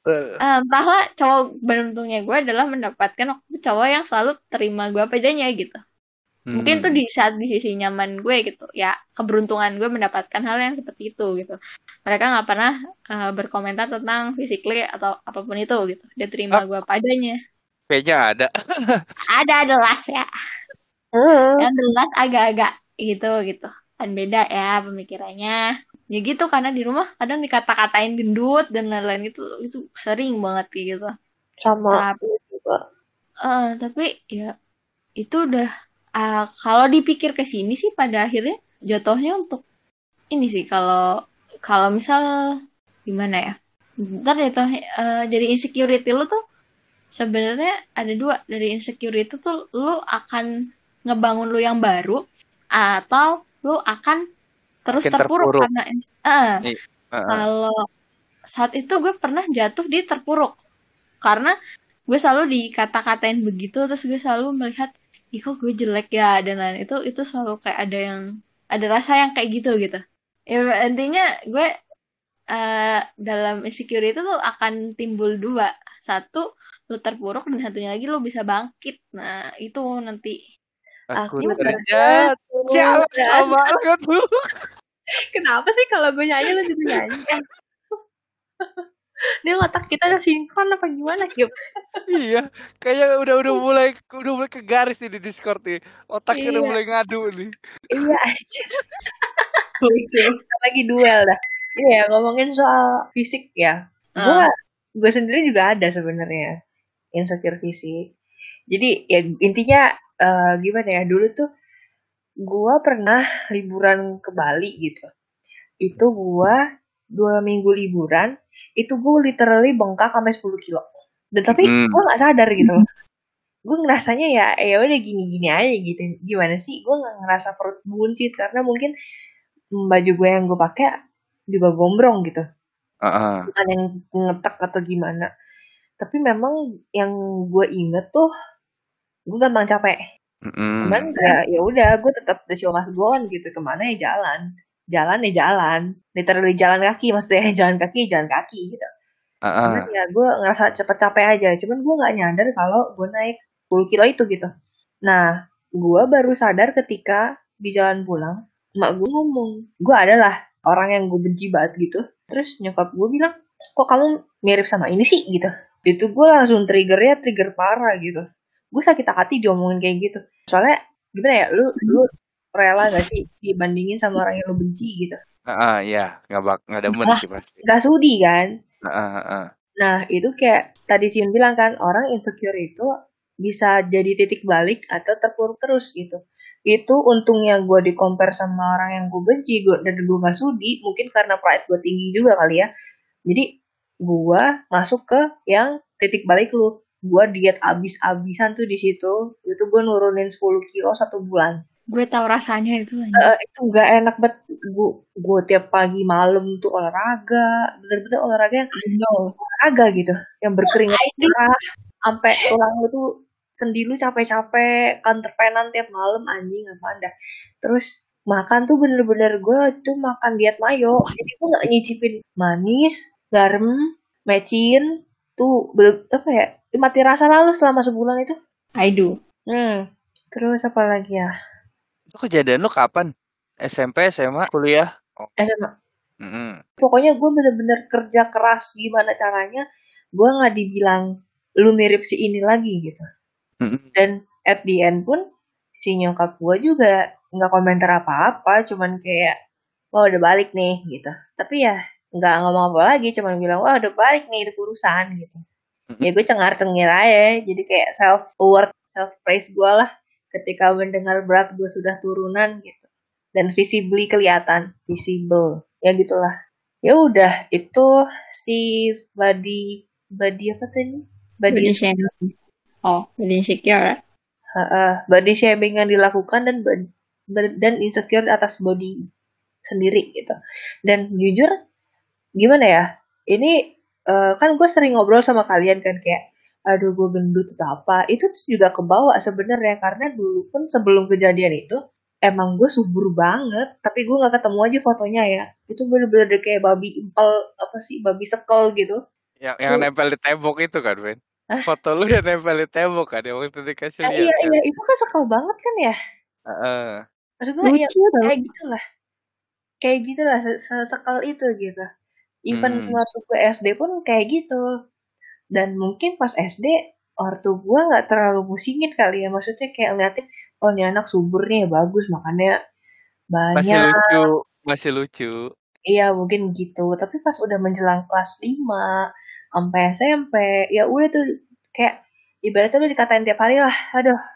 Entahlah, cowok beruntungnya gue adalah mendapatkan waktu itu cowok yang selalu terima gue apa adanya gitu. Mungkin tuh di saat di sisi nyaman gue gitu, ya keberuntungan gue mendapatkan hal yang seperti itu gitu. Mereka nggak pernah berkomentar tentang physically atau apapun itu gitu. Dia terima gue apa adanya. Kayaknya ada. Ada jelas ya. Yang jelas agak-agak gitu. Kan beda ya pemikirannya. Ya gitu, karena di rumah kadang dikata-katain gendut dan lain-lain itu sering banget gitu. Sama Tapi ya itu udah kalau dipikir ke sini sih pada akhirnya jatuhnya untuk ini sih, kalau misal gimana ya, ntar jatuh jadi insecurity lu tuh sebenarnya ada dua. Dari insecurity tuh lu akan ngebangun lu yang baru atau lu akan terus terpuruk karena kalau saat itu gue pernah jatuh di terpuruk karena gue selalu dikata-katain begitu, terus gue selalu melihat ih kok gue jelek ya dan lain. Itu selalu kayak ada rasa yang kayak gitu ya. Intinya gue dalam insecure itu tuh akan timbul dua. Satu, lu terpuruk, dan satunya lagi lu bisa bangkit. Nah itu nanti aku terjatuh sama aku. Kenapa sih kalau gue nyanyi lu juga nyanyi? Dia otak kita udah sinkron apa gimana, Kyup? Iya, kayak udah mulai ke garis nih di Discord nih. Otaknya udah mulai ngadu nih. Iya aja. Lagi duel dah. Iya, ngomongin soal fisik ya. Gue sendiri juga ada sebenarnya insecure fisik. Jadi ya intinya gimana ya, dulu tuh gue pernah liburan ke Bali gitu. Itu gue 2 minggu liburan, itu gue literally bengkak sampai 10 kilo. Dan tapi gue gak sadar gitu. Gue ngerasanya ya udah gini-gini aja gitu. Gimana sih? Gue gak ngerasa perut buncit karena mungkin baju gue yang gue pakai juga gombrong gitu. Bukan yang ngetek atau gimana. Tapi memang yang gue inget tuh gue gampang capek. Cuman ya udah gue tetap the show must go on gitu. Kemana ya jalan, literally jalan kaki, maksudnya jalan kaki gitu. Cuman ya gue ngerasa cepet capek aja. Cuman gue nggak nyadar kalau gue naik 10 kilo itu gitu. Nah, gue baru sadar ketika di jalan pulang, emak gue ngomong, gue adalah orang yang gue benci banget gitu. Terus nyokap gue bilang, kok kamu mirip sama ini sih gitu. Itu gue langsung trigger parah gitu. Gue sakit hati diomongin kayak gitu. Soalnya gimana ya, lu rela gak sih dibandingin sama orang yang lu benci gitu? Iya, nggak demen sih pasti. Gak sudi kan? Nah itu kayak tadi Siun bilang kan, orang insecure itu bisa jadi titik balik atau terpuruk terus gitu. Itu untungnya gue di-compare sama orang yang gue benci, dan gue gak sudi, mungkin karena pride gue tinggi juga kali ya. Jadi gue masuk ke yang titik balik lu. Gue diet abis-abisan tuh di situ. Itu gue nurunin 10 kilo 1 bulan. Gue tahu rasanya itu. Itu gak enak banget. Gue tiap pagi malam tuh olahraga, bener-bener olahraga yang olahraga gitu, yang berkeringat merah, sampai tulang itu sendi lu capek-capek, kan terpenan tiap malam, anjing apaan dah. Terus makan tuh bener-bener gue tuh makan diet mayo, jadi gue nggak nyicipin manis, garam, mecin, tuh apa ya, mati rasa lalu selama sebulan itu. I do. Terus apa lagi ya? Itu kejadian lu kapan? SMP, SMA, kuliah? SMA. Pokoknya gue bener-bener kerja keras gimana caranya, gue nggak dibilang lu mirip si ini lagi gitu. Dan at the end pun si nyokap gue juga nggak komentar apa-apa, cuman kayak wah udah balik nih gitu. Tapi ya nggak ngomong apa lagi, cuman bilang wah udah balik nih, itu urusan gitu. Ya gue cengar-cengir aja, jadi kayak self praise gue lah ketika mendengar berat gue sudah turunan gitu, dan visibly kelihatan, ya gitulah. Ya udah, itu si body apa tadi? Body shaming. Body insecure. Body shaming yang dilakukan dan insecure atas body sendiri gitu. Dan jujur gimana ya? Ini kan gue sering ngobrol sama kalian kan, kayak aduh gue gendut atau apa. Itu juga kebawa sebenarnya, karena dulu pun sebelum kejadian itu emang gue subur banget, tapi gue nggak ketemu aja fotonya ya. Itu bener-bener kayak babi impal, apa sih, babi sekel gitu. Yang nempel di tembok itu kan, Ben? Foto lu yang nempel di tembok kan, yang waktu dikasih lihat Iya, kan? iya, itu kan sekal banget kan ya? Maksud gue ya Lucu tau. kayak gitulah sesekal itu gitu. Even waktu gue SD pun kayak gitu. Dan mungkin pas SD ortu gue nggak terlalu musingin kali ya, maksudnya kayak ngeliatin oh ini anak subur nih bagus makannya Masih banyak. lucu. Iya mungkin gitu. Tapi pas udah menjelang kelas 5 sampai SMP ya udah tuh kayak ibaratnya lu dikatain tiap hari lah,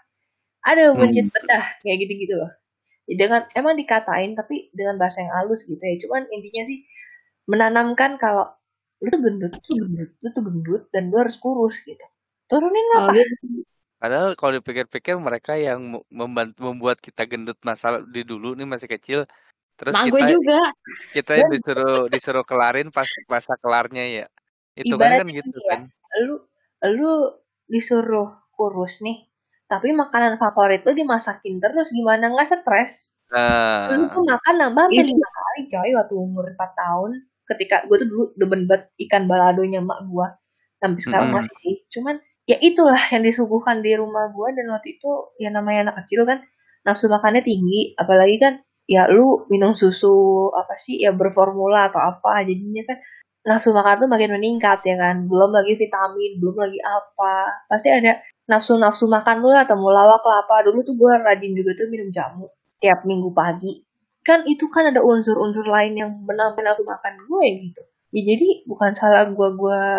aduh buncit bedah kayak gitu-gitu loh. Dengan emang dikatain tapi dengan bahasa yang halus gitu ya. Cuman intinya sih menanamkan kalau lu tuh gendut dan lu harus kurus gitu. Turunin apa? Padahal kalau dipikir-pikir mereka yang membuat kita gendut di dulu nih masih kecil. Terus kita disuruh kelarin pas masa kelarnya ya. Itu kan gitu kan. Lu disuruh kurus nih. Tapi makanan favorit lu dimasakin terus gimana nggak stres? Lu tuh makan nambah sampai 5 kali coy waktu umur 4 tahun. Ketika gue tuh dulu demen banget ikan baladonya mak gue. Sampai sekarang masih sih. Cuman ya itulah yang disuguhkan di rumah gue. Dan waktu itu ya namanya anak kecil kan nafsu makannya tinggi. Apalagi kan ya lu minum susu apa sih ya berformula atau apa. Jadinya kan nafsu makan tuh makin meningkat ya kan. Belum lagi vitamin, belum lagi apa. Pasti ada nafsu makan lu atau mau lawak lah apa. Dulu tuh gue rajin juga tuh minum jamu tiap minggu pagi. Kan itu kan ada unsur-unsur lain yang menambah nafsu makan gue gitu. Ya jadi bukan salah gue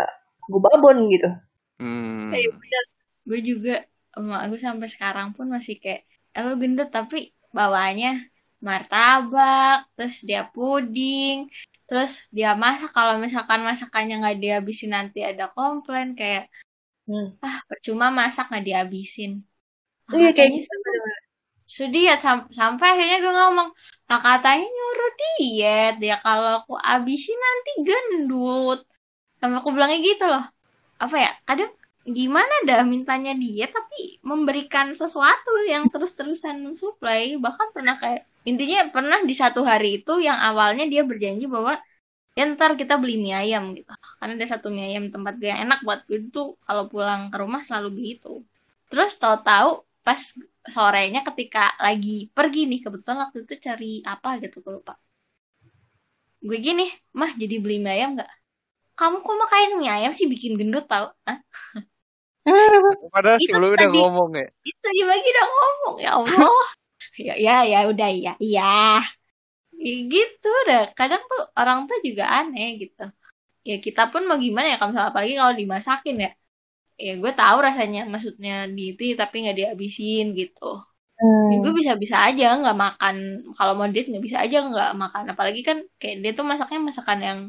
babon gitu. Iya bener. Gue juga emak gue sampai sekarang pun masih kayak lu gendut tapi bawaannya martabak, terus dia puding, terus dia masak. Kalau misalkan masakannya nggak dihabisin nanti ada komplain kayak percuma masak nggak dihabisin. Iya kayak gitu. Diet sampai akhirnya gue ngomong katanya nyuruh diet ya kalau aku abisin nanti gendut. Sama aku bilangnya gitu loh. Apa ya, kadang gimana dah mintanya diet tapi memberikan sesuatu yang terus-terusan mensuplai. Bahkan pernah kayak intinya pernah di satu hari itu yang awalnya dia berjanji bahwa ya ntar kita beli mie ayam gitu, karena ada satu mie ayam tempat gue yang enak buat gue tuh kalau pulang ke rumah selalu beli itu. Terus tahu-tahu pas sorenya ketika lagi pergi nih, kebetulan waktu itu cari apa gitu gue lupa, gue gini, mah jadi beli mie ayam nggak? Kamu kok makan mie ayam sih bikin gendut tau? Padahal sebelumnya udah ngomong ya. Itu lagi udah ngomong, ya Allah. ya udah iya. Gitu dah. Kadang tuh orang tuh juga aneh gitu. Ya kita pun mau gimana ya, kalau misalnya apalagi kalau dimasakin ya. Ya gue tahu rasanya maksudnya di itu tapi nggak dihabisin gitu. Ya, gue bisa aja nggak makan, kalau mau diet nggak bisa aja nggak makan. Apalagi kan kayak dia tuh masaknya masakan yang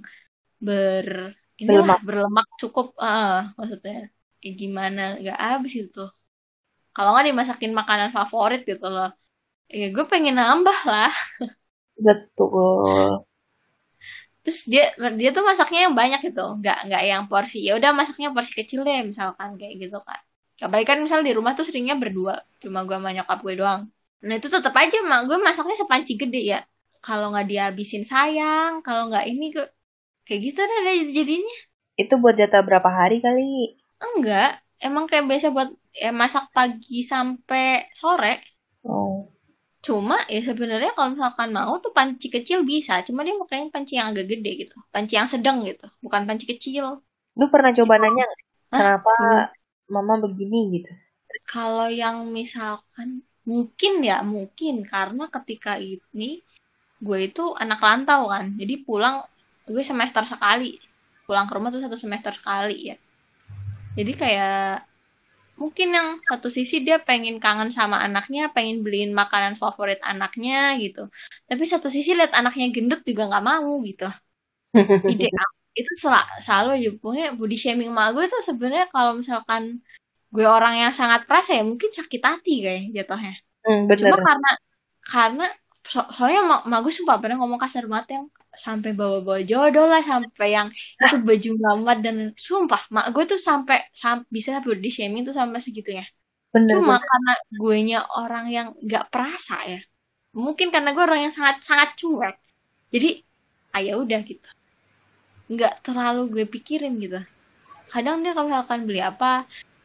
berlemak cukup, maksudnya kayak gimana nggak habis itu. Kalau nggak dimasakin makanan favorit gitu loh, ya gue pengen nambah lah. Betul. Terus dia tuh masaknya yang banyak gitu, nggak yang porsi. Ya udah masaknya porsi kecil deh misalkan kayak gitu kan. Apalagi kan misal di rumah tuh seringnya berdua, cuma gue sama nyokap gue doang. Nah itu tetap aja mak gue masaknya sepanci gede ya. Kalau nggak dihabisin sayang, kalau nggak ini gue kayak gitu deh jadinya. Itu buat jatah berapa hari kali? Enggak, emang kayak biasa buat masak pagi sampai sore. Cuma ya sebenarnya kalau misalkan mau tuh panci kecil bisa, cuma dia makanya panci yang agak gede gitu, panci yang sedang gitu, bukan panci kecil. Lu pernah coba nanya kenapa mama begini gitu? Kalau yang misalkan mungkin karena ketika ini gue itu anak rantau kan, jadi pulang gue semester sekali, pulang ke rumah tuh 1 semester sekali ya. Jadi kayak mungkin yang satu sisi dia pengen kangen sama anaknya, pengen beliin makanan favorit anaknya gitu. Tapi satu sisi lihat anaknya gendut juga nggak mau gitu. Ide itu selalu aja. Pokoknya body shaming sama gue tuh sebenarnya kalau misalkan gue orang yang sangat perasa ya mungkin sakit hati kayak jatuhnya. Cuma karena soalnya mak gue sumpah pernah ngomong kasar banget yang sampai bawa-bawa jodoh lah, sampai yang itu baju muhammad dan sumpah mak gue tuh sampai bisa body shaming tuh sampai segitunya. Cuma karena gue nya orang yang nggak perasa ya, mungkin karena gue orang yang sangat cuek, jadi ayo udah gitu, nggak terlalu gue pikirin gitu. kadang dia kalau misalkan beli apa,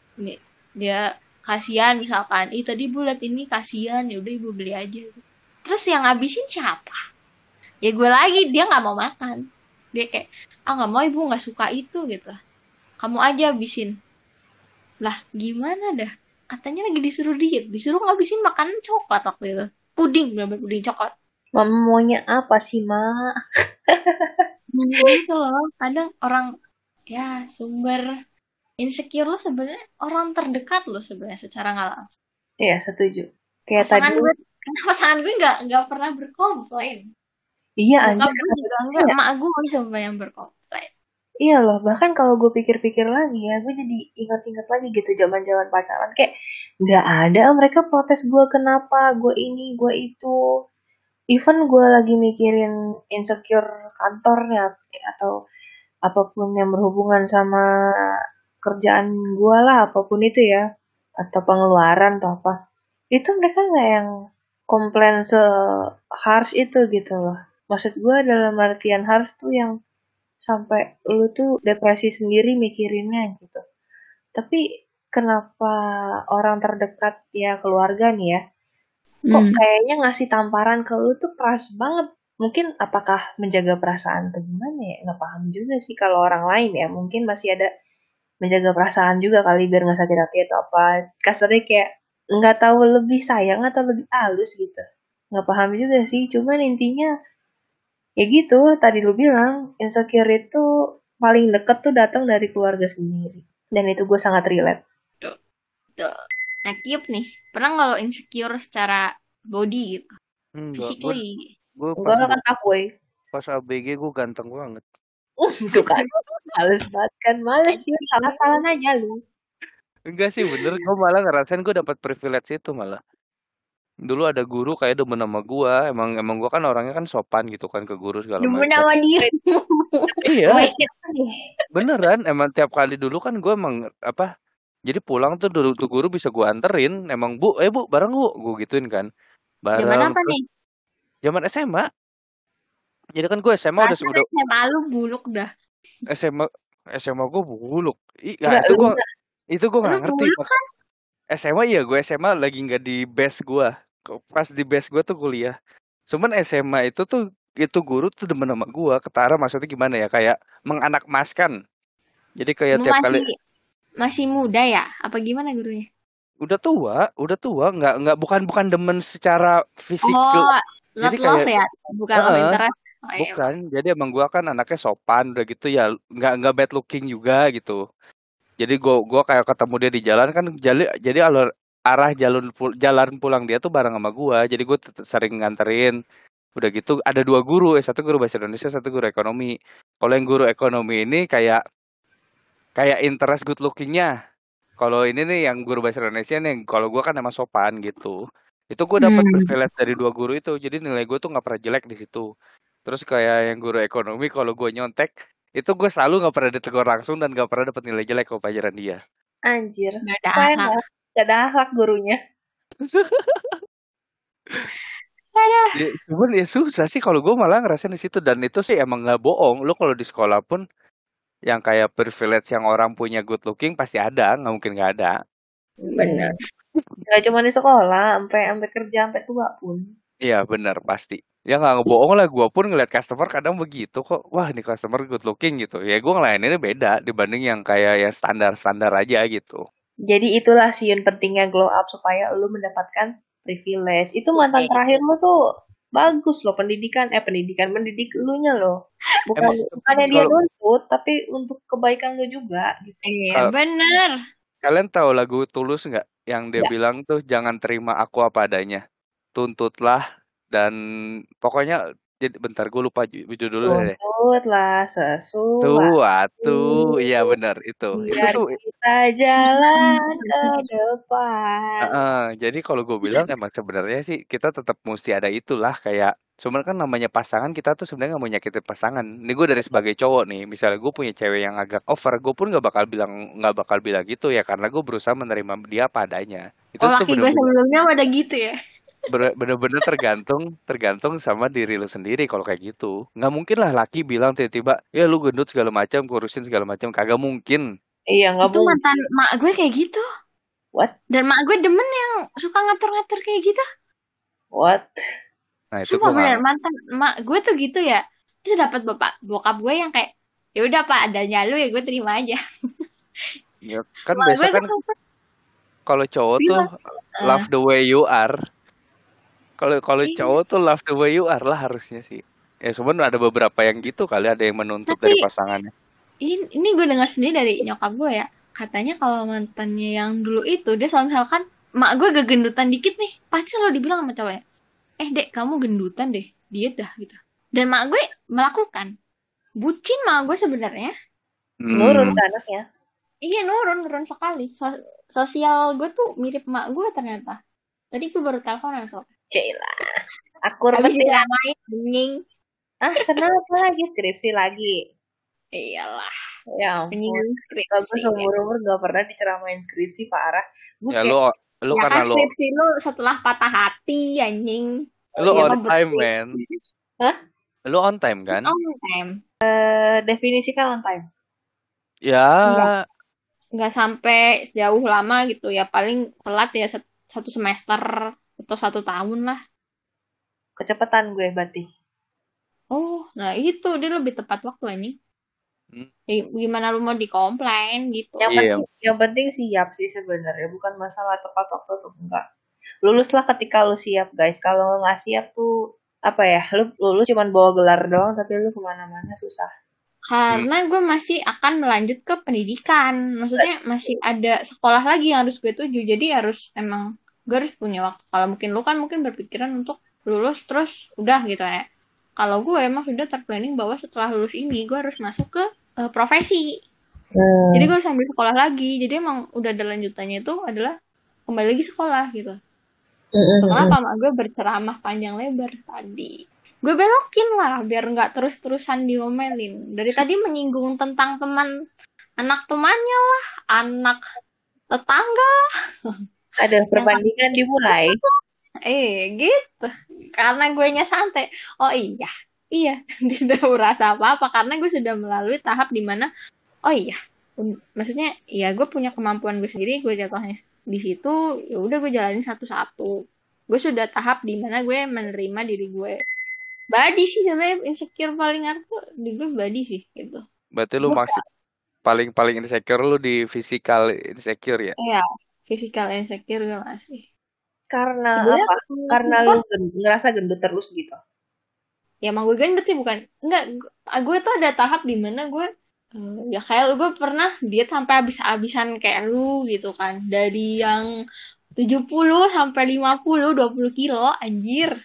dia kasihan misalkan, tadi ibu liat ini kasihan, ya udah ibu beli aja. Terus yang ngabisin siapa? Ya gue lagi, dia nggak mau makan. Dia kayak, nggak mau, ibu nggak suka itu gitu. Kamu aja habisin. Lah gimana dah? Katanya lagi disuruh diet, disuruh ngabisin makanan coklat waktu itu. Puding, bener-bener puding coklat. Mama maunya apa sih, Ma? Gitu loh, kadang orang ya sumber insecure lo sebenarnya orang terdekat lo sebenarnya secara nggak langsung. Iya, setuju. Kayak Pasangan tadi. gue, karena pasangan gue nggak pernah berkomplain. Iya, Bokap anjir. gue juga enggak, emak gue sampai yang berkomplain. Iya loh, bahkan kalau gue pikir-pikir lagi ya, gue jadi ingat-ingat lagi gitu zaman-zaman pacaran. Kayak nggak ada mereka protes gue kenapa, gue ini, gue itu. Even gue lagi mikirin insecure kantornya atau apapun yang berhubungan sama kerjaan gue lah, apapun itu ya, atau pengeluaran atau apa, itu mereka nggak yang komplain se-harsh itu gitu loh. Maksud gue dalam artian harsh tuh yang sampai lu tuh depresi sendiri mikirinnya gitu. Tapi kenapa orang terdekat ya keluarga nih ya, kok kayaknya ngasih tamparan ke lu tuh keras banget. Mungkin apakah menjaga perasaan atau gimana ya? Nggak paham juga sih kalau orang lain ya. Mungkin masih ada menjaga perasaan juga kali biar nggak sakit hati atau apa. Kasarnya kayak nggak tahu lebih sayang atau lebih halus gitu. Nggak paham juga sih. Cuman intinya ya gitu. Tadi lu bilang insecure itu paling deket tuh datang dari keluarga sendiri. Dan itu gue sangat relate. Tuh. Nah, Kiup nih, pernah nggak lo insecure secara body gitu? Physically. Enggak lah kan fuckboy. Pas ABG gue ganteng banget. Tuh kan. Males banget kan. Males sih. Salah-salah aja lu. Enggak sih bener, gue malah ngerasain gue dapat privilege itu malah. Dulu ada guru kayak demen sama gue, emang gue kan orangnya kan sopan gitu kan ke guru segala macam. Demen sama dia. Iya. Beneran, emang tiap kali dulu kan gue emang apa? Jadi pulang tuh dulu tuh guru bisa gue anterin, emang bu bareng bu, gue gituin kan. Bareng. Zaman apa nih? Zaman SMA. Jadi kan gue SMA udah SMA lu buluk dah. SMA gue buluk. Itu gue nggak ngerti. Kan? SMA iya, gue SMA lagi nggak di base gue. Pas di base gue tuh kuliah. Cuman SMA itu guru tuh demen sama gue. Ketara maksudnya gimana ya? Kayak menganakmaskan. Jadi kayak tiap kali. Masih muda ya? Apa gimana gurunya? Udah tua, nggak bukan demen secara fisik. Oh, not love ya, bukan love interest. Bukan, jadi emang gue kan anaknya sopan udah gitu ya, nggak bad looking juga gitu. Jadi gue kayak ketemu dia di jalan kan, jadi arah jalan pulang dia tuh bareng sama gue, jadi gue sering nganterin. Udah gitu ada 2 guru, satu guru bahasa Indonesia, satu guru ekonomi. Kalau yang guru ekonomi ini kayak interest good lookingnya. Kalau ini nih yang guru bahasa Indonesia nih, kalau gue kan emang sopan gitu. Itu gue dapat privilege dari 2 guru itu, jadi nilai gue tuh nggak pernah jelek di situ. Terus kayak yang guru ekonomi, kalau gue nyontek, itu gue selalu nggak pernah ditegur langsung dan nggak pernah dapat nilai jelek kalau pelajaran dia. Anjir, gak ada akhlak gurunya. Cuman ya susah sih kalau gue malah ngerasain di situ, dan itu sih emang nggak bohong. Lo kalau di sekolah pun yang kayak privilege yang orang punya good looking pasti ada, nggak mungkin nggak ada. Benar. Gak cuma di sekolah, sampai kerja, sampai tua pun. Iya benar pasti. Ya nggak ngebohong lah, gue pun ngeliat customer kadang begitu kok. Wah ini customer good looking gitu. Ya gue ngelayaninnya beda dibanding yang kayak ya standar aja gitu. Jadi itulah siun pentingnya glow up supaya lu mendapatkan privilege. Itu mantan terakhir lu tuh bagus loh mendidik elunya loh. Bukannya dia nuntut, tapi untuk kebaikan lu juga gitu. Iya, benar. Kalian tahu lagu Tulus nggak? Yang dia bilang tuh jangan terima aku apa adanya. Tuntutlah dan pokoknya bentar gue lupa judulnya deh. Tuntutlah sesuatu. Iya benar itu. Biar kita jalan ke depan. Jadi kalau gue bilang emang sebenarnya sih kita tetap mesti ada itulah kayak. Cuman kan namanya pasangan, kita tuh sebenarnya nggak mau nyakitin pasangan. Ini gue dari sebagai cowok nih, misalnya gue punya cewek yang agak over, gue pun nggak bakal bilang gitu ya, karena gue berusaha menerima dia padanya. Itu laki gue sebelumnya ada gitu ya. Bener-bener tergantung sama diri lu sendiri kalau kayak gitu. Nggak mungkin lah laki bilang tiba-tiba ya lu gendut segala macam, kurusin segala macam, kagak mungkin. Iya, nggak Itu mantan mak gue kayak gitu. What? Dan mak gue demen yang suka ngatur-ngatur kayak gitu. What? Nah itu Sumpah gue bener, mantan mak gue tuh gitu ya. Terus dapat bokap gue yang kayak, ya udah pak, adanya lu ya gue terima aja. ya kan Mak biasa gue kan tuh sumpah kalau cowok tuh love the way you are. Kalau cowok tuh love the way you are lah harusnya sih. Ya sebenarnya ada beberapa yang gitu kali, ada yang menuntut dari pasangannya. Ini gue dengar sendiri dari nyokap gue ya. Katanya kalau mantannya yang dulu itu, dia selalu misalkan, mak gue agak gendutan dikit nih, pasti selalu dibilang sama cowoknya, dek kamu gendutan deh, diet dah gitu. Dan mak gue melakukan. Bucin mak gue sebenarnya. Nurun ke anaknya. Iya nurun sekali. Sosial gue tuh mirip mak gue ternyata. Tadi gue baru teleponan soal. Cila. Aku habis diceramain bening. Kenapa lagi skripsi lagi? Iyalah. Ya ampun. Skripsi. Aku seumur-umur gak pernah diceramain skripsi, parah. Ya lu ya karena kan skripsi lu setelah patah hati anjing. Lu on time, man. Hah? Lu on time kan? On time. Definisikan on time. Ya. Nggak sampai jauh lama gitu ya, paling telat ya 1 semester atau 1 tahun lah. Kecepatan gue berarti. Oh, nah itu dia lebih tepat waktu anjing. Gimana lu mau dikomplain gitu. Yang penting siap sih sebenarnya, bukan masalah tepat waktu atau enggak. Luluslah ketika lu siap, guys. Kalau nggak siap tuh apa ya, lu cuma bawa gelar doang tapi lu kemana-mana susah. Karena gue masih akan melanjut ke pendidikan, maksudnya masih ada sekolah lagi yang harus gue tuju, jadi emang gue harus punya waktu. Kalau mungkin lu kan mungkin berpikiran untuk lulus terus udah gitu ya. Kalau gue emang sudah terplanning bahwa setelah lulus ini gue harus masuk ke profesi. Jadi gue harus ambil sekolah lagi. Jadi emang udah ada lanjutannya itu adalah kembali lagi sekolah gitu. Kenapa mak gue berceramah panjang lebar tadi? Gue belokin lah biar nggak terus-terusan diomelin. Dari tadi menyinggung tentang anak temannya lah, anak tetangga lah. Ada perbandingan dimulai. Gitu. Karena gue nya santai. Oh iya, tidak merasa apa-apa karena gue sudah melalui tahap dimana, oh iya, maksudnya ya gue punya kemampuan gue sendiri, gue jatuhnya di situ, ya udah gue jalanin satu-satu. Gue sudah tahap dimana gue menerima diri gue. Body sih sebenarnya insecure paling tuh di gue body sih gitu. Berarti lu masih paling insecure lu di physical insecure ya? Iya, physical insecure gue masih. Karena sebenarnya apa? Karena lu ngerasa gendut terus gitu. Ya emang gue gendut sih bukan. Enggak, gue tuh ada tahap di mana gue ya kayak gue pernah diet sampai habis-habisan kayak lu gitu kan. Dari yang 70 sampai 50, 20 kilo anjir.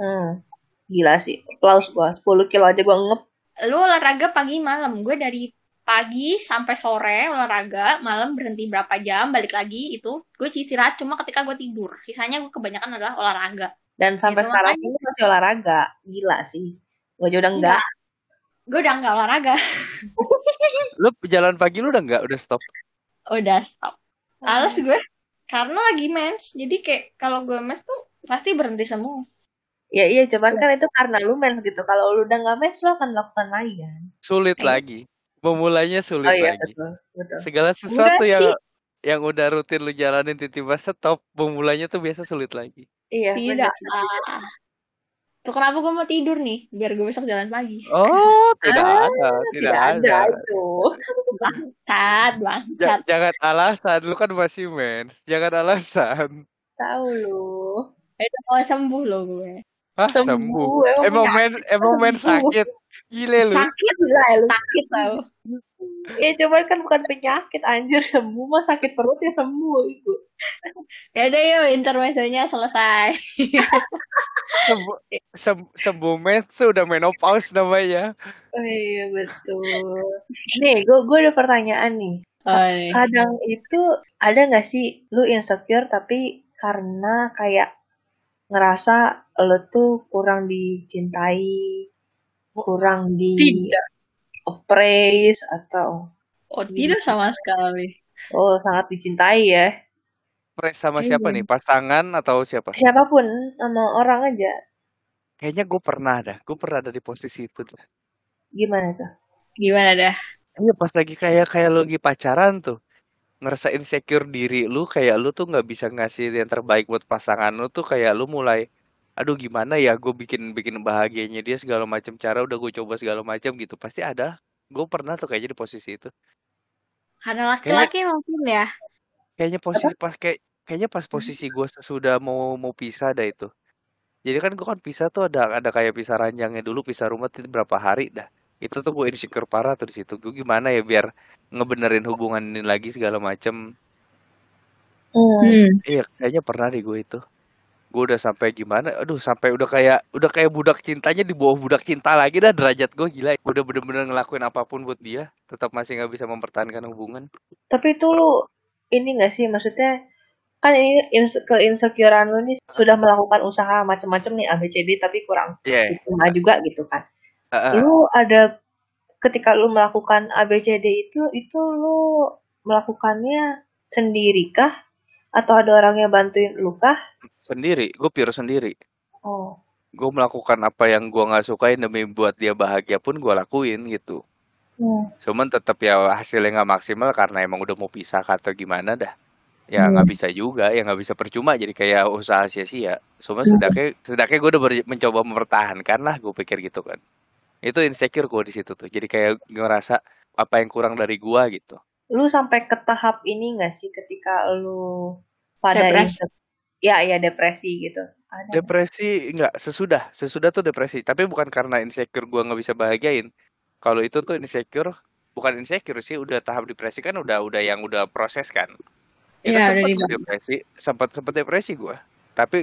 Gila sih, applause gue. 10 kilo aja gue ngep. Lu olahraga pagi malam, gue dari pagi sampai sore olahraga, malam berhenti berapa jam, balik lagi itu gue istirahat cuma ketika gue tidur. Sisanya gue kebanyakan adalah olahraga. Dan sampai gitu, sekarang ini masih olahraga. Gila sih. Gue juga enggak. Gue udah enggak olahraga. Lu jalan pagi lu udah enggak? Udah stop? Udah stop. Males gue. Karena lagi mens. Jadi kayak kalau gue mens tuh pasti berhenti semua. Ya iya, cuman kan itu karena lu mens gitu. Kalau lu udah gak mens, lu akan lakukan lagi kan. Sulit lagi. Memulainya sulit lagi. Betul. Segala sesuatu yang udah rutin lu jalanin tiba-tiba stop, memulainya tuh biasa sulit lagi. Iya, tidak. Tuh kenapa gue mau tidur nih, biar gue besok jalan pagi. Oh, tidak ada itu. Bangsat. Jangan alasan, lu kan masih mens. Jangan alasan. Tahu lu. Itu mau sembuh lo gue. Hah, sembuh. Emang mens sakit. Gile lu. Sakit lah, sakit tau. Ya cuman kan bukan penyakit, anjir. Sembuh mah sakit perut ya sembuh itu. Ya udah yuk, intermezzonya selesai. Sembuh mens udah menopause namanya. Oh iya betul. Nih, gue ada pertanyaan nih. Kadang itu ada nggak sih lu insecure tapi karena kayak ngerasa lo tuh kurang dicintai, kurang appraise atau tidak sama sekali. Oh, sangat dicintai ya. Appraise sama siapa nih? Pasangan atau siapa? Siapapun, sama orang aja. Kayaknya gue pernah ada di posisi itu. Gimana tuh? Gimana dah? Iya pas lagi kayak lu lagi pacaran tuh ngerasa insecure diri lu kayak lu tuh nggak bisa ngasih yang terbaik buat pasangan lu tuh kayak lu mulai aduh gimana ya gue bikin bikin bahagianya dia segala macam cara udah gue coba segala macam gitu pasti ada gue pernah tuh kayaknya di posisi itu Karena kayak laki-laki mungkin ya. kayaknya Apa? posisi pas kayaknya pas posisi gue sesudah mau pisah dah itu jadi kan gue kan pisah tuh ada kayak pisah ranjangnya dulu pisah rumah tuh berapa hari dah itu tuh gue insecure parah tuh di situ gue gimana ya biar ngebenerin hubungan ini lagi segala macem. Iya, kayaknya pernah deh gue itu. Gue udah sampai gimana? Aduh, sampai udah kayak budak cintanya di bawah budak cinta lagi dah derajat gue gila. Udah bener-bener ngelakuin apapun buat dia, tetap masih nggak bisa mempertahankan hubungan. Tapi itu lu ini nggak sih, maksudnya kan ini keinsecurean lu nih sudah melakukan usaha macam-macam nih ABCD tapi kurang Iya. diterima juga gitu kan. Heeh. Lu ada ketika lu melakukan ABCD itu lu melakukannya sendirikah atau ada orang yang bantuin lu kah? Sendiri, gue pure sendiri. Oh. Gue melakukan apa yang gue nggak sukain demi buat dia bahagia pun gue lakuin gitu. Cuman tetap ya hasilnya nggak maksimal karena emang udah mau pisah atau gimana dah. Ya nggak bisa juga, ya nggak bisa percuma jadi kayak usaha sia-sia. Cuma sedaknya gue udah mencoba mempertahankan lah, gue pikir gitu kan. Itu insecure gue di situ tuh. Jadi kayak ngerasa apa yang kurang dari gue gitu. Lu sampai ke tahap ini nggak sih ketika lu pada Depresi. ya depresi gitu? Ada. Depresi enggak, sesudah tuh depresi. Tapi bukan karena insecure gue nggak bisa bahagiain. Kalau itu tuh insecure, bukan insecure sih, udah tahap depresi kan udah yang udah proses kan. Itu Iya, udah sempat dibantu. depresi, sempat depresi gue. Tapi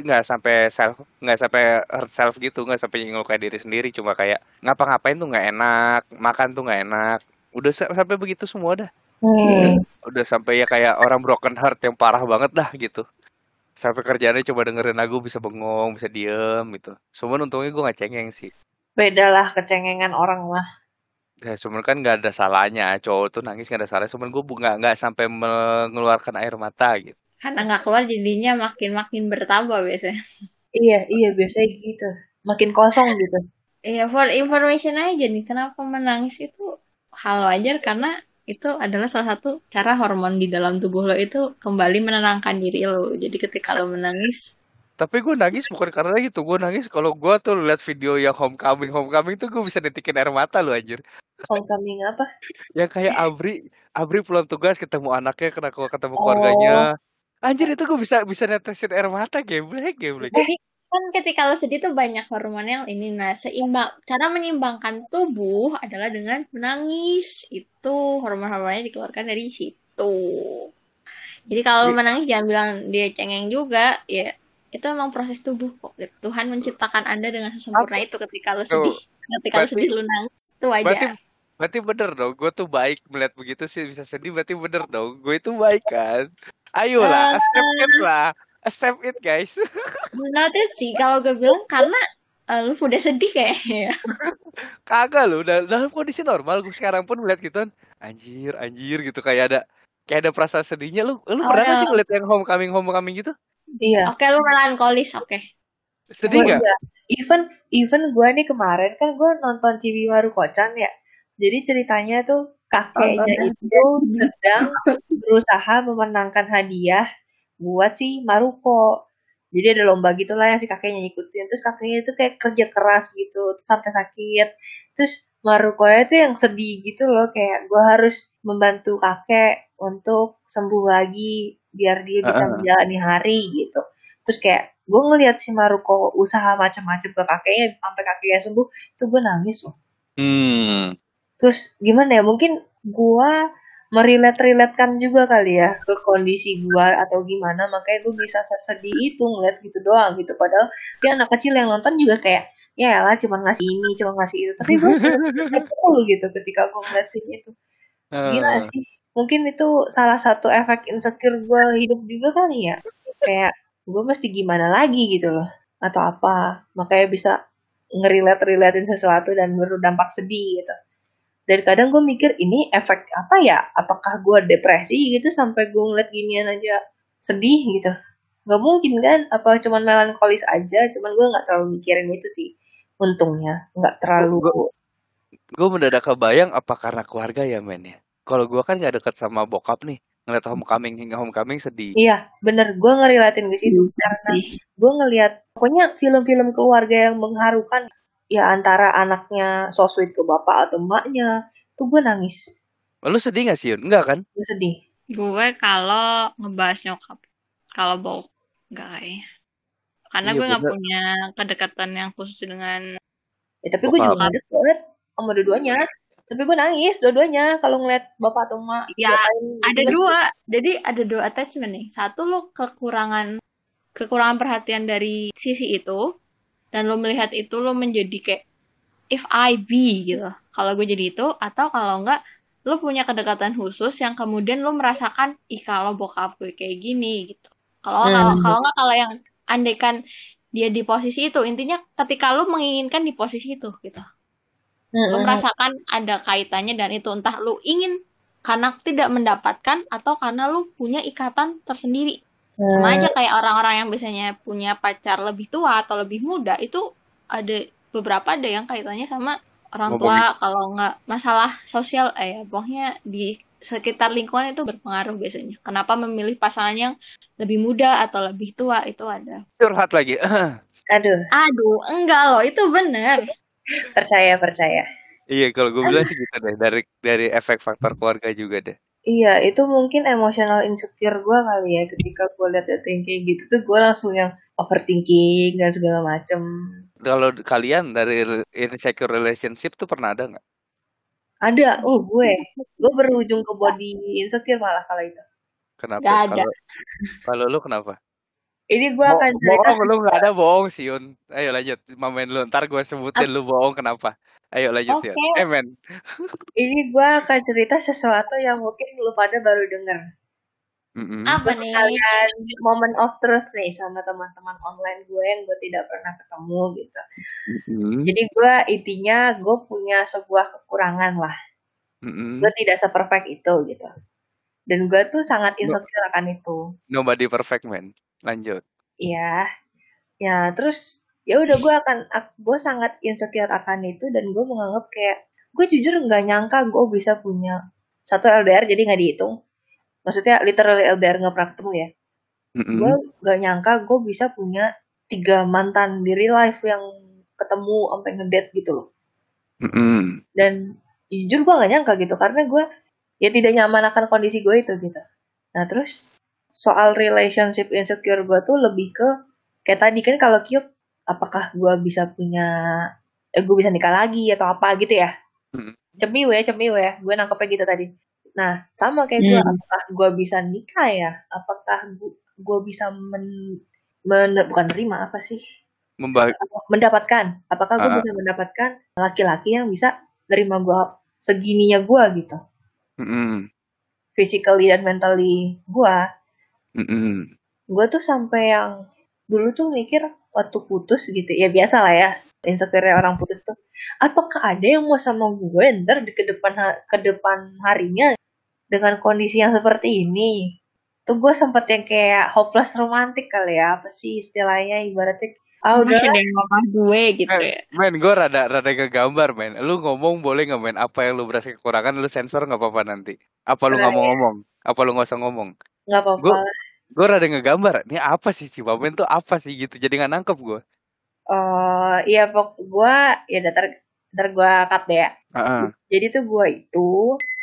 nggak sampai hurt self gitu, nggak sampai ngelukai diri sendiri. Cuma kayak ngapa-ngapain tuh nggak enak, makan tuh nggak enak. Udah sampai begitu semua dah. Udah sampai ya kayak orang broken heart yang parah banget dah gitu. Sampai kerjaannya coba dengerin lagu bisa bengong, bisa diem gitu. Cuman untungnya gue nggak cengeng sih. Beda lah kecengengan orang mah. Ya, cuman kan nggak ada salahnya. Cowok tuh nangis nggak ada salahnya. Cuman gue nggak sampai mengeluarkan air mata gitu. Karena nggak keluar jadinya makin bertambah biasanya. Iya biasanya gitu. Makin kosong gitu. Iya, for information aja nih, kenapa menangis itu hal wajar karena itu adalah salah satu cara hormon di dalam tubuh lo itu kembali menenangkan diri lo. Jadi ketika lo menangis, Tapi gue nangis bukan karena gitu. Gue nangis kalau gue tuh lihat video yang homecoming tuh gue bisa netikin air mata lu anjir. Homecoming apa? Yang kayak Abri pulang tugas ketemu anaknya ketemu Oh, keluarganya. Anjir itu gue bisa netesin air mata geblek. kan ketika lo sedih tuh banyak hormon yang ini. Nah, cara menyeimbangkan tubuh adalah dengan menangis. Itu hormon-hormonnya dikeluarkan dari situ. Jadi kalau menangis jangan bilang dia cengeng juga, ya itu emang proses tubuh kok. Tuhan menciptakan Anda dengan sesempurna itu ketika lo sedih. Ketika lo sedih lo nangis, itu Berarti wajar. berarti bener dong. Gue tuh baik melihat begitu sih bisa sedih. Berarti bener dong. Gue itu baik kan. Ayolah, accept it guys. Notice sih kalau gue bilang karena lu udah sedih kayaknya. Kagak lu. Dalam kondisi normal gue sekarang pun melihat gitu kan. Anjir gitu kayak ada perasaan sedihnya. Lu pernah gak sih ngeliat yang homecoming gitu? Iya. Oke, lu melankolis, oke. Sedih gak? Iya. Even gue nih kemarin kan gue nonton TV Maruko-chan ya. Jadi ceritanya tuh kakeknya itu sedang berusaha memenangkan hadiah buat si Maruko. Jadi ada lomba gitulah yang si kakeknya ngikutin. Terus kakeknya itu kayak kerja keras gitu, terus sampai sakit. Terus Maruko itu yang sedih gitu loh, kayak gue harus membantu kakek untuk sembuh lagi biar dia bisa menjalani hari gitu. Terus kayak gue ngelihat si Maruko usaha macam-macam ke kakeknya sampai kakeknya sembuh, itu gue nangis loh. Terus gimana ya, mungkin gue merelate-relatekan juga kali ya ke kondisi gue atau gimana, makanya gue bisa sedih itu ngeliat gitu doang gitu. Padahal dia anak kecil yang nonton juga kayak ya lah cuma ngasih ini cuma ngasih itu, tapi gue cool gitu ketika gue ngeliatin itu. Gila sih, mungkin itu salah satu efek insecure gue hidup juga kali ya, kayak gue mesti gimana lagi gitu loh atau apa, makanya bisa ngerelate-relatein sesuatu dan berdampak sedih gitu. Dan kadang gue mikir ini efek apa ya, apakah gue depresi gitu sampai gue ngeliat ginian aja sedih gitu. Gak mungkin kan, apa cuman melankolis aja, cuman gue gak terlalu mikirin itu sih. Untungnya gak terlalu Gue mendadak kebayang apa karena keluarga ya men ya. Kalau gue kan gak deket sama bokap nih, ngeliat homecoming sedih. Iya, bener. Gue ngerilatin ke situ Bisa karena sih. gue ngeliat pokoknya film-film keluarga yang mengharukan ya antara anaknya so sweet ke bapak atau emaknya, tuh gue nangis. Lu sedih gak sih Yun? Enggak kan? Gue sedih. Gue kalau ngebahas nyokap, kalau bokap enggak kayaknya. Karena Iya gue nggak bener. punya kedekatan yang khusus dengan Ya, tapi gue juga Bokap. gak deket sama dua-duanya. Tapi gue nangis dua-duanya kalau ngeliat bapak atau emak ya diapain ada gitu. dua. Jadi ada dua attachment nih. Satu lo kekurangan perhatian dari sisi itu, dan lo melihat itu lo menjadi kayak if I be gitu. Kalau gue jadi itu, atau kalau enggak lo punya kedekatan khusus yang kemudian lo merasakan ih kalau bokap gue kayak gini gitu. Kalau enggak kalau yang andaikan dia di posisi itu, intinya ketika lo menginginkan di posisi itu gitu. Lo merasakan ada kaitannya dan itu entah lo ingin karena tidak mendapatkan atau karena lo punya ikatan tersendiri. Sama aja kayak orang-orang yang biasanya punya pacar lebih tua atau lebih muda, itu ada beberapa ada yang kaitannya sama orang tua. Kalau nggak masalah sosial, pokoknya di sekitar lingkungan itu berpengaruh biasanya. Kenapa memilih pasangan yang lebih muda atau lebih tua itu ada. Curhat lagi. Aduh, enggak loh, itu bener. Percaya. Iya, kalau gue bilang sih gitu deh, dari efek faktor keluarga juga deh. Iya, itu mungkin emotional insecure gue kali ya. Ketika gue liat yang kayak gitu tuh gue langsung yang overthinking dan segala macem. Kalau kalian dari insecure relationship tuh pernah ada nggak? Ada, gue berujung ke body insecure malah kalau itu. Kenapa? Gak ada. Kalau lu kenapa? Ini gue akan cerita. Bohong, lu nggak ada bohong sih Yun. Ayo lanjut, mamen lu. Ntar gue sebutin lu bohong kenapa. Ayo lanjut Yun. Men. Ini gue akan cerita sesuatu yang mungkin lu pada baru denger. Apa nih? Kalian moment of truth nih sama teman-teman online gue yang gue tidak pernah ketemu gitu. Jadi gue intinya gue punya sebuah kekurangan lah. Gue tidak seperfect itu gitu. Dan gue tuh sangat insecure akan itu. Nobody perfect man. Lanjut. Iya. Ya terus ya udah gue sangat insecure akan itu dan gue menganggap kayak gue jujur nggak nyangka gue bisa punya satu LDR jadi nggak dihitung. Maksudnya literally LDR nggak pernah ketemu ya. Gue nggak nyangka gue bisa punya 3 mantan di real life yang ketemu sampai ngedate gitu loh. Dan jujur gue nggak nyangka gitu karena gue ya tidak nyaman akan kondisi gue itu gitu. Nah terus soal relationship insecure gue tuh lebih ke kayak tadi kan kalau Kyop apakah gue bisa punya gue bisa nikah lagi atau apa gitu ya. Cemiwe gue nangkepnya gitu tadi. Nah sama kayak gue apakah gue bisa nikah ya, apakah gue bisa bukan nerima apa sih mendapatkan, apakah gue bisa mendapatkan laki-laki yang bisa nerima gue segininya gue gitu, physically dan mentally gue tuh sampai yang dulu tuh mikir waktu putus gitu ya biasa lah ya insecure orang putus tuh apakah ada yang mau sama gue ntar di ke depan harinya dengan kondisi yang seperti ini. Tuh gue sempet yang kayak hopeless romantic kali ya apa sih istilahnya ibaratnya masih ada yang ngomong gue gitu ya. Men gue rada kegambar men. Lu ngomong boleh nggak men? Apa yang lu berasa kekurangan lu sensor nggak apa-apa nanti. Apa lu nggak mau ngomong? Apa lu nggak usah ngomong? Nggak apa-apa. Gue rada ngegambar. Ini apa sih Cipamen tuh apa sih gitu? Jadi nggak nangkep gue. Iya gue ya ntar gue cut deh ya. Jadi tuh gue itu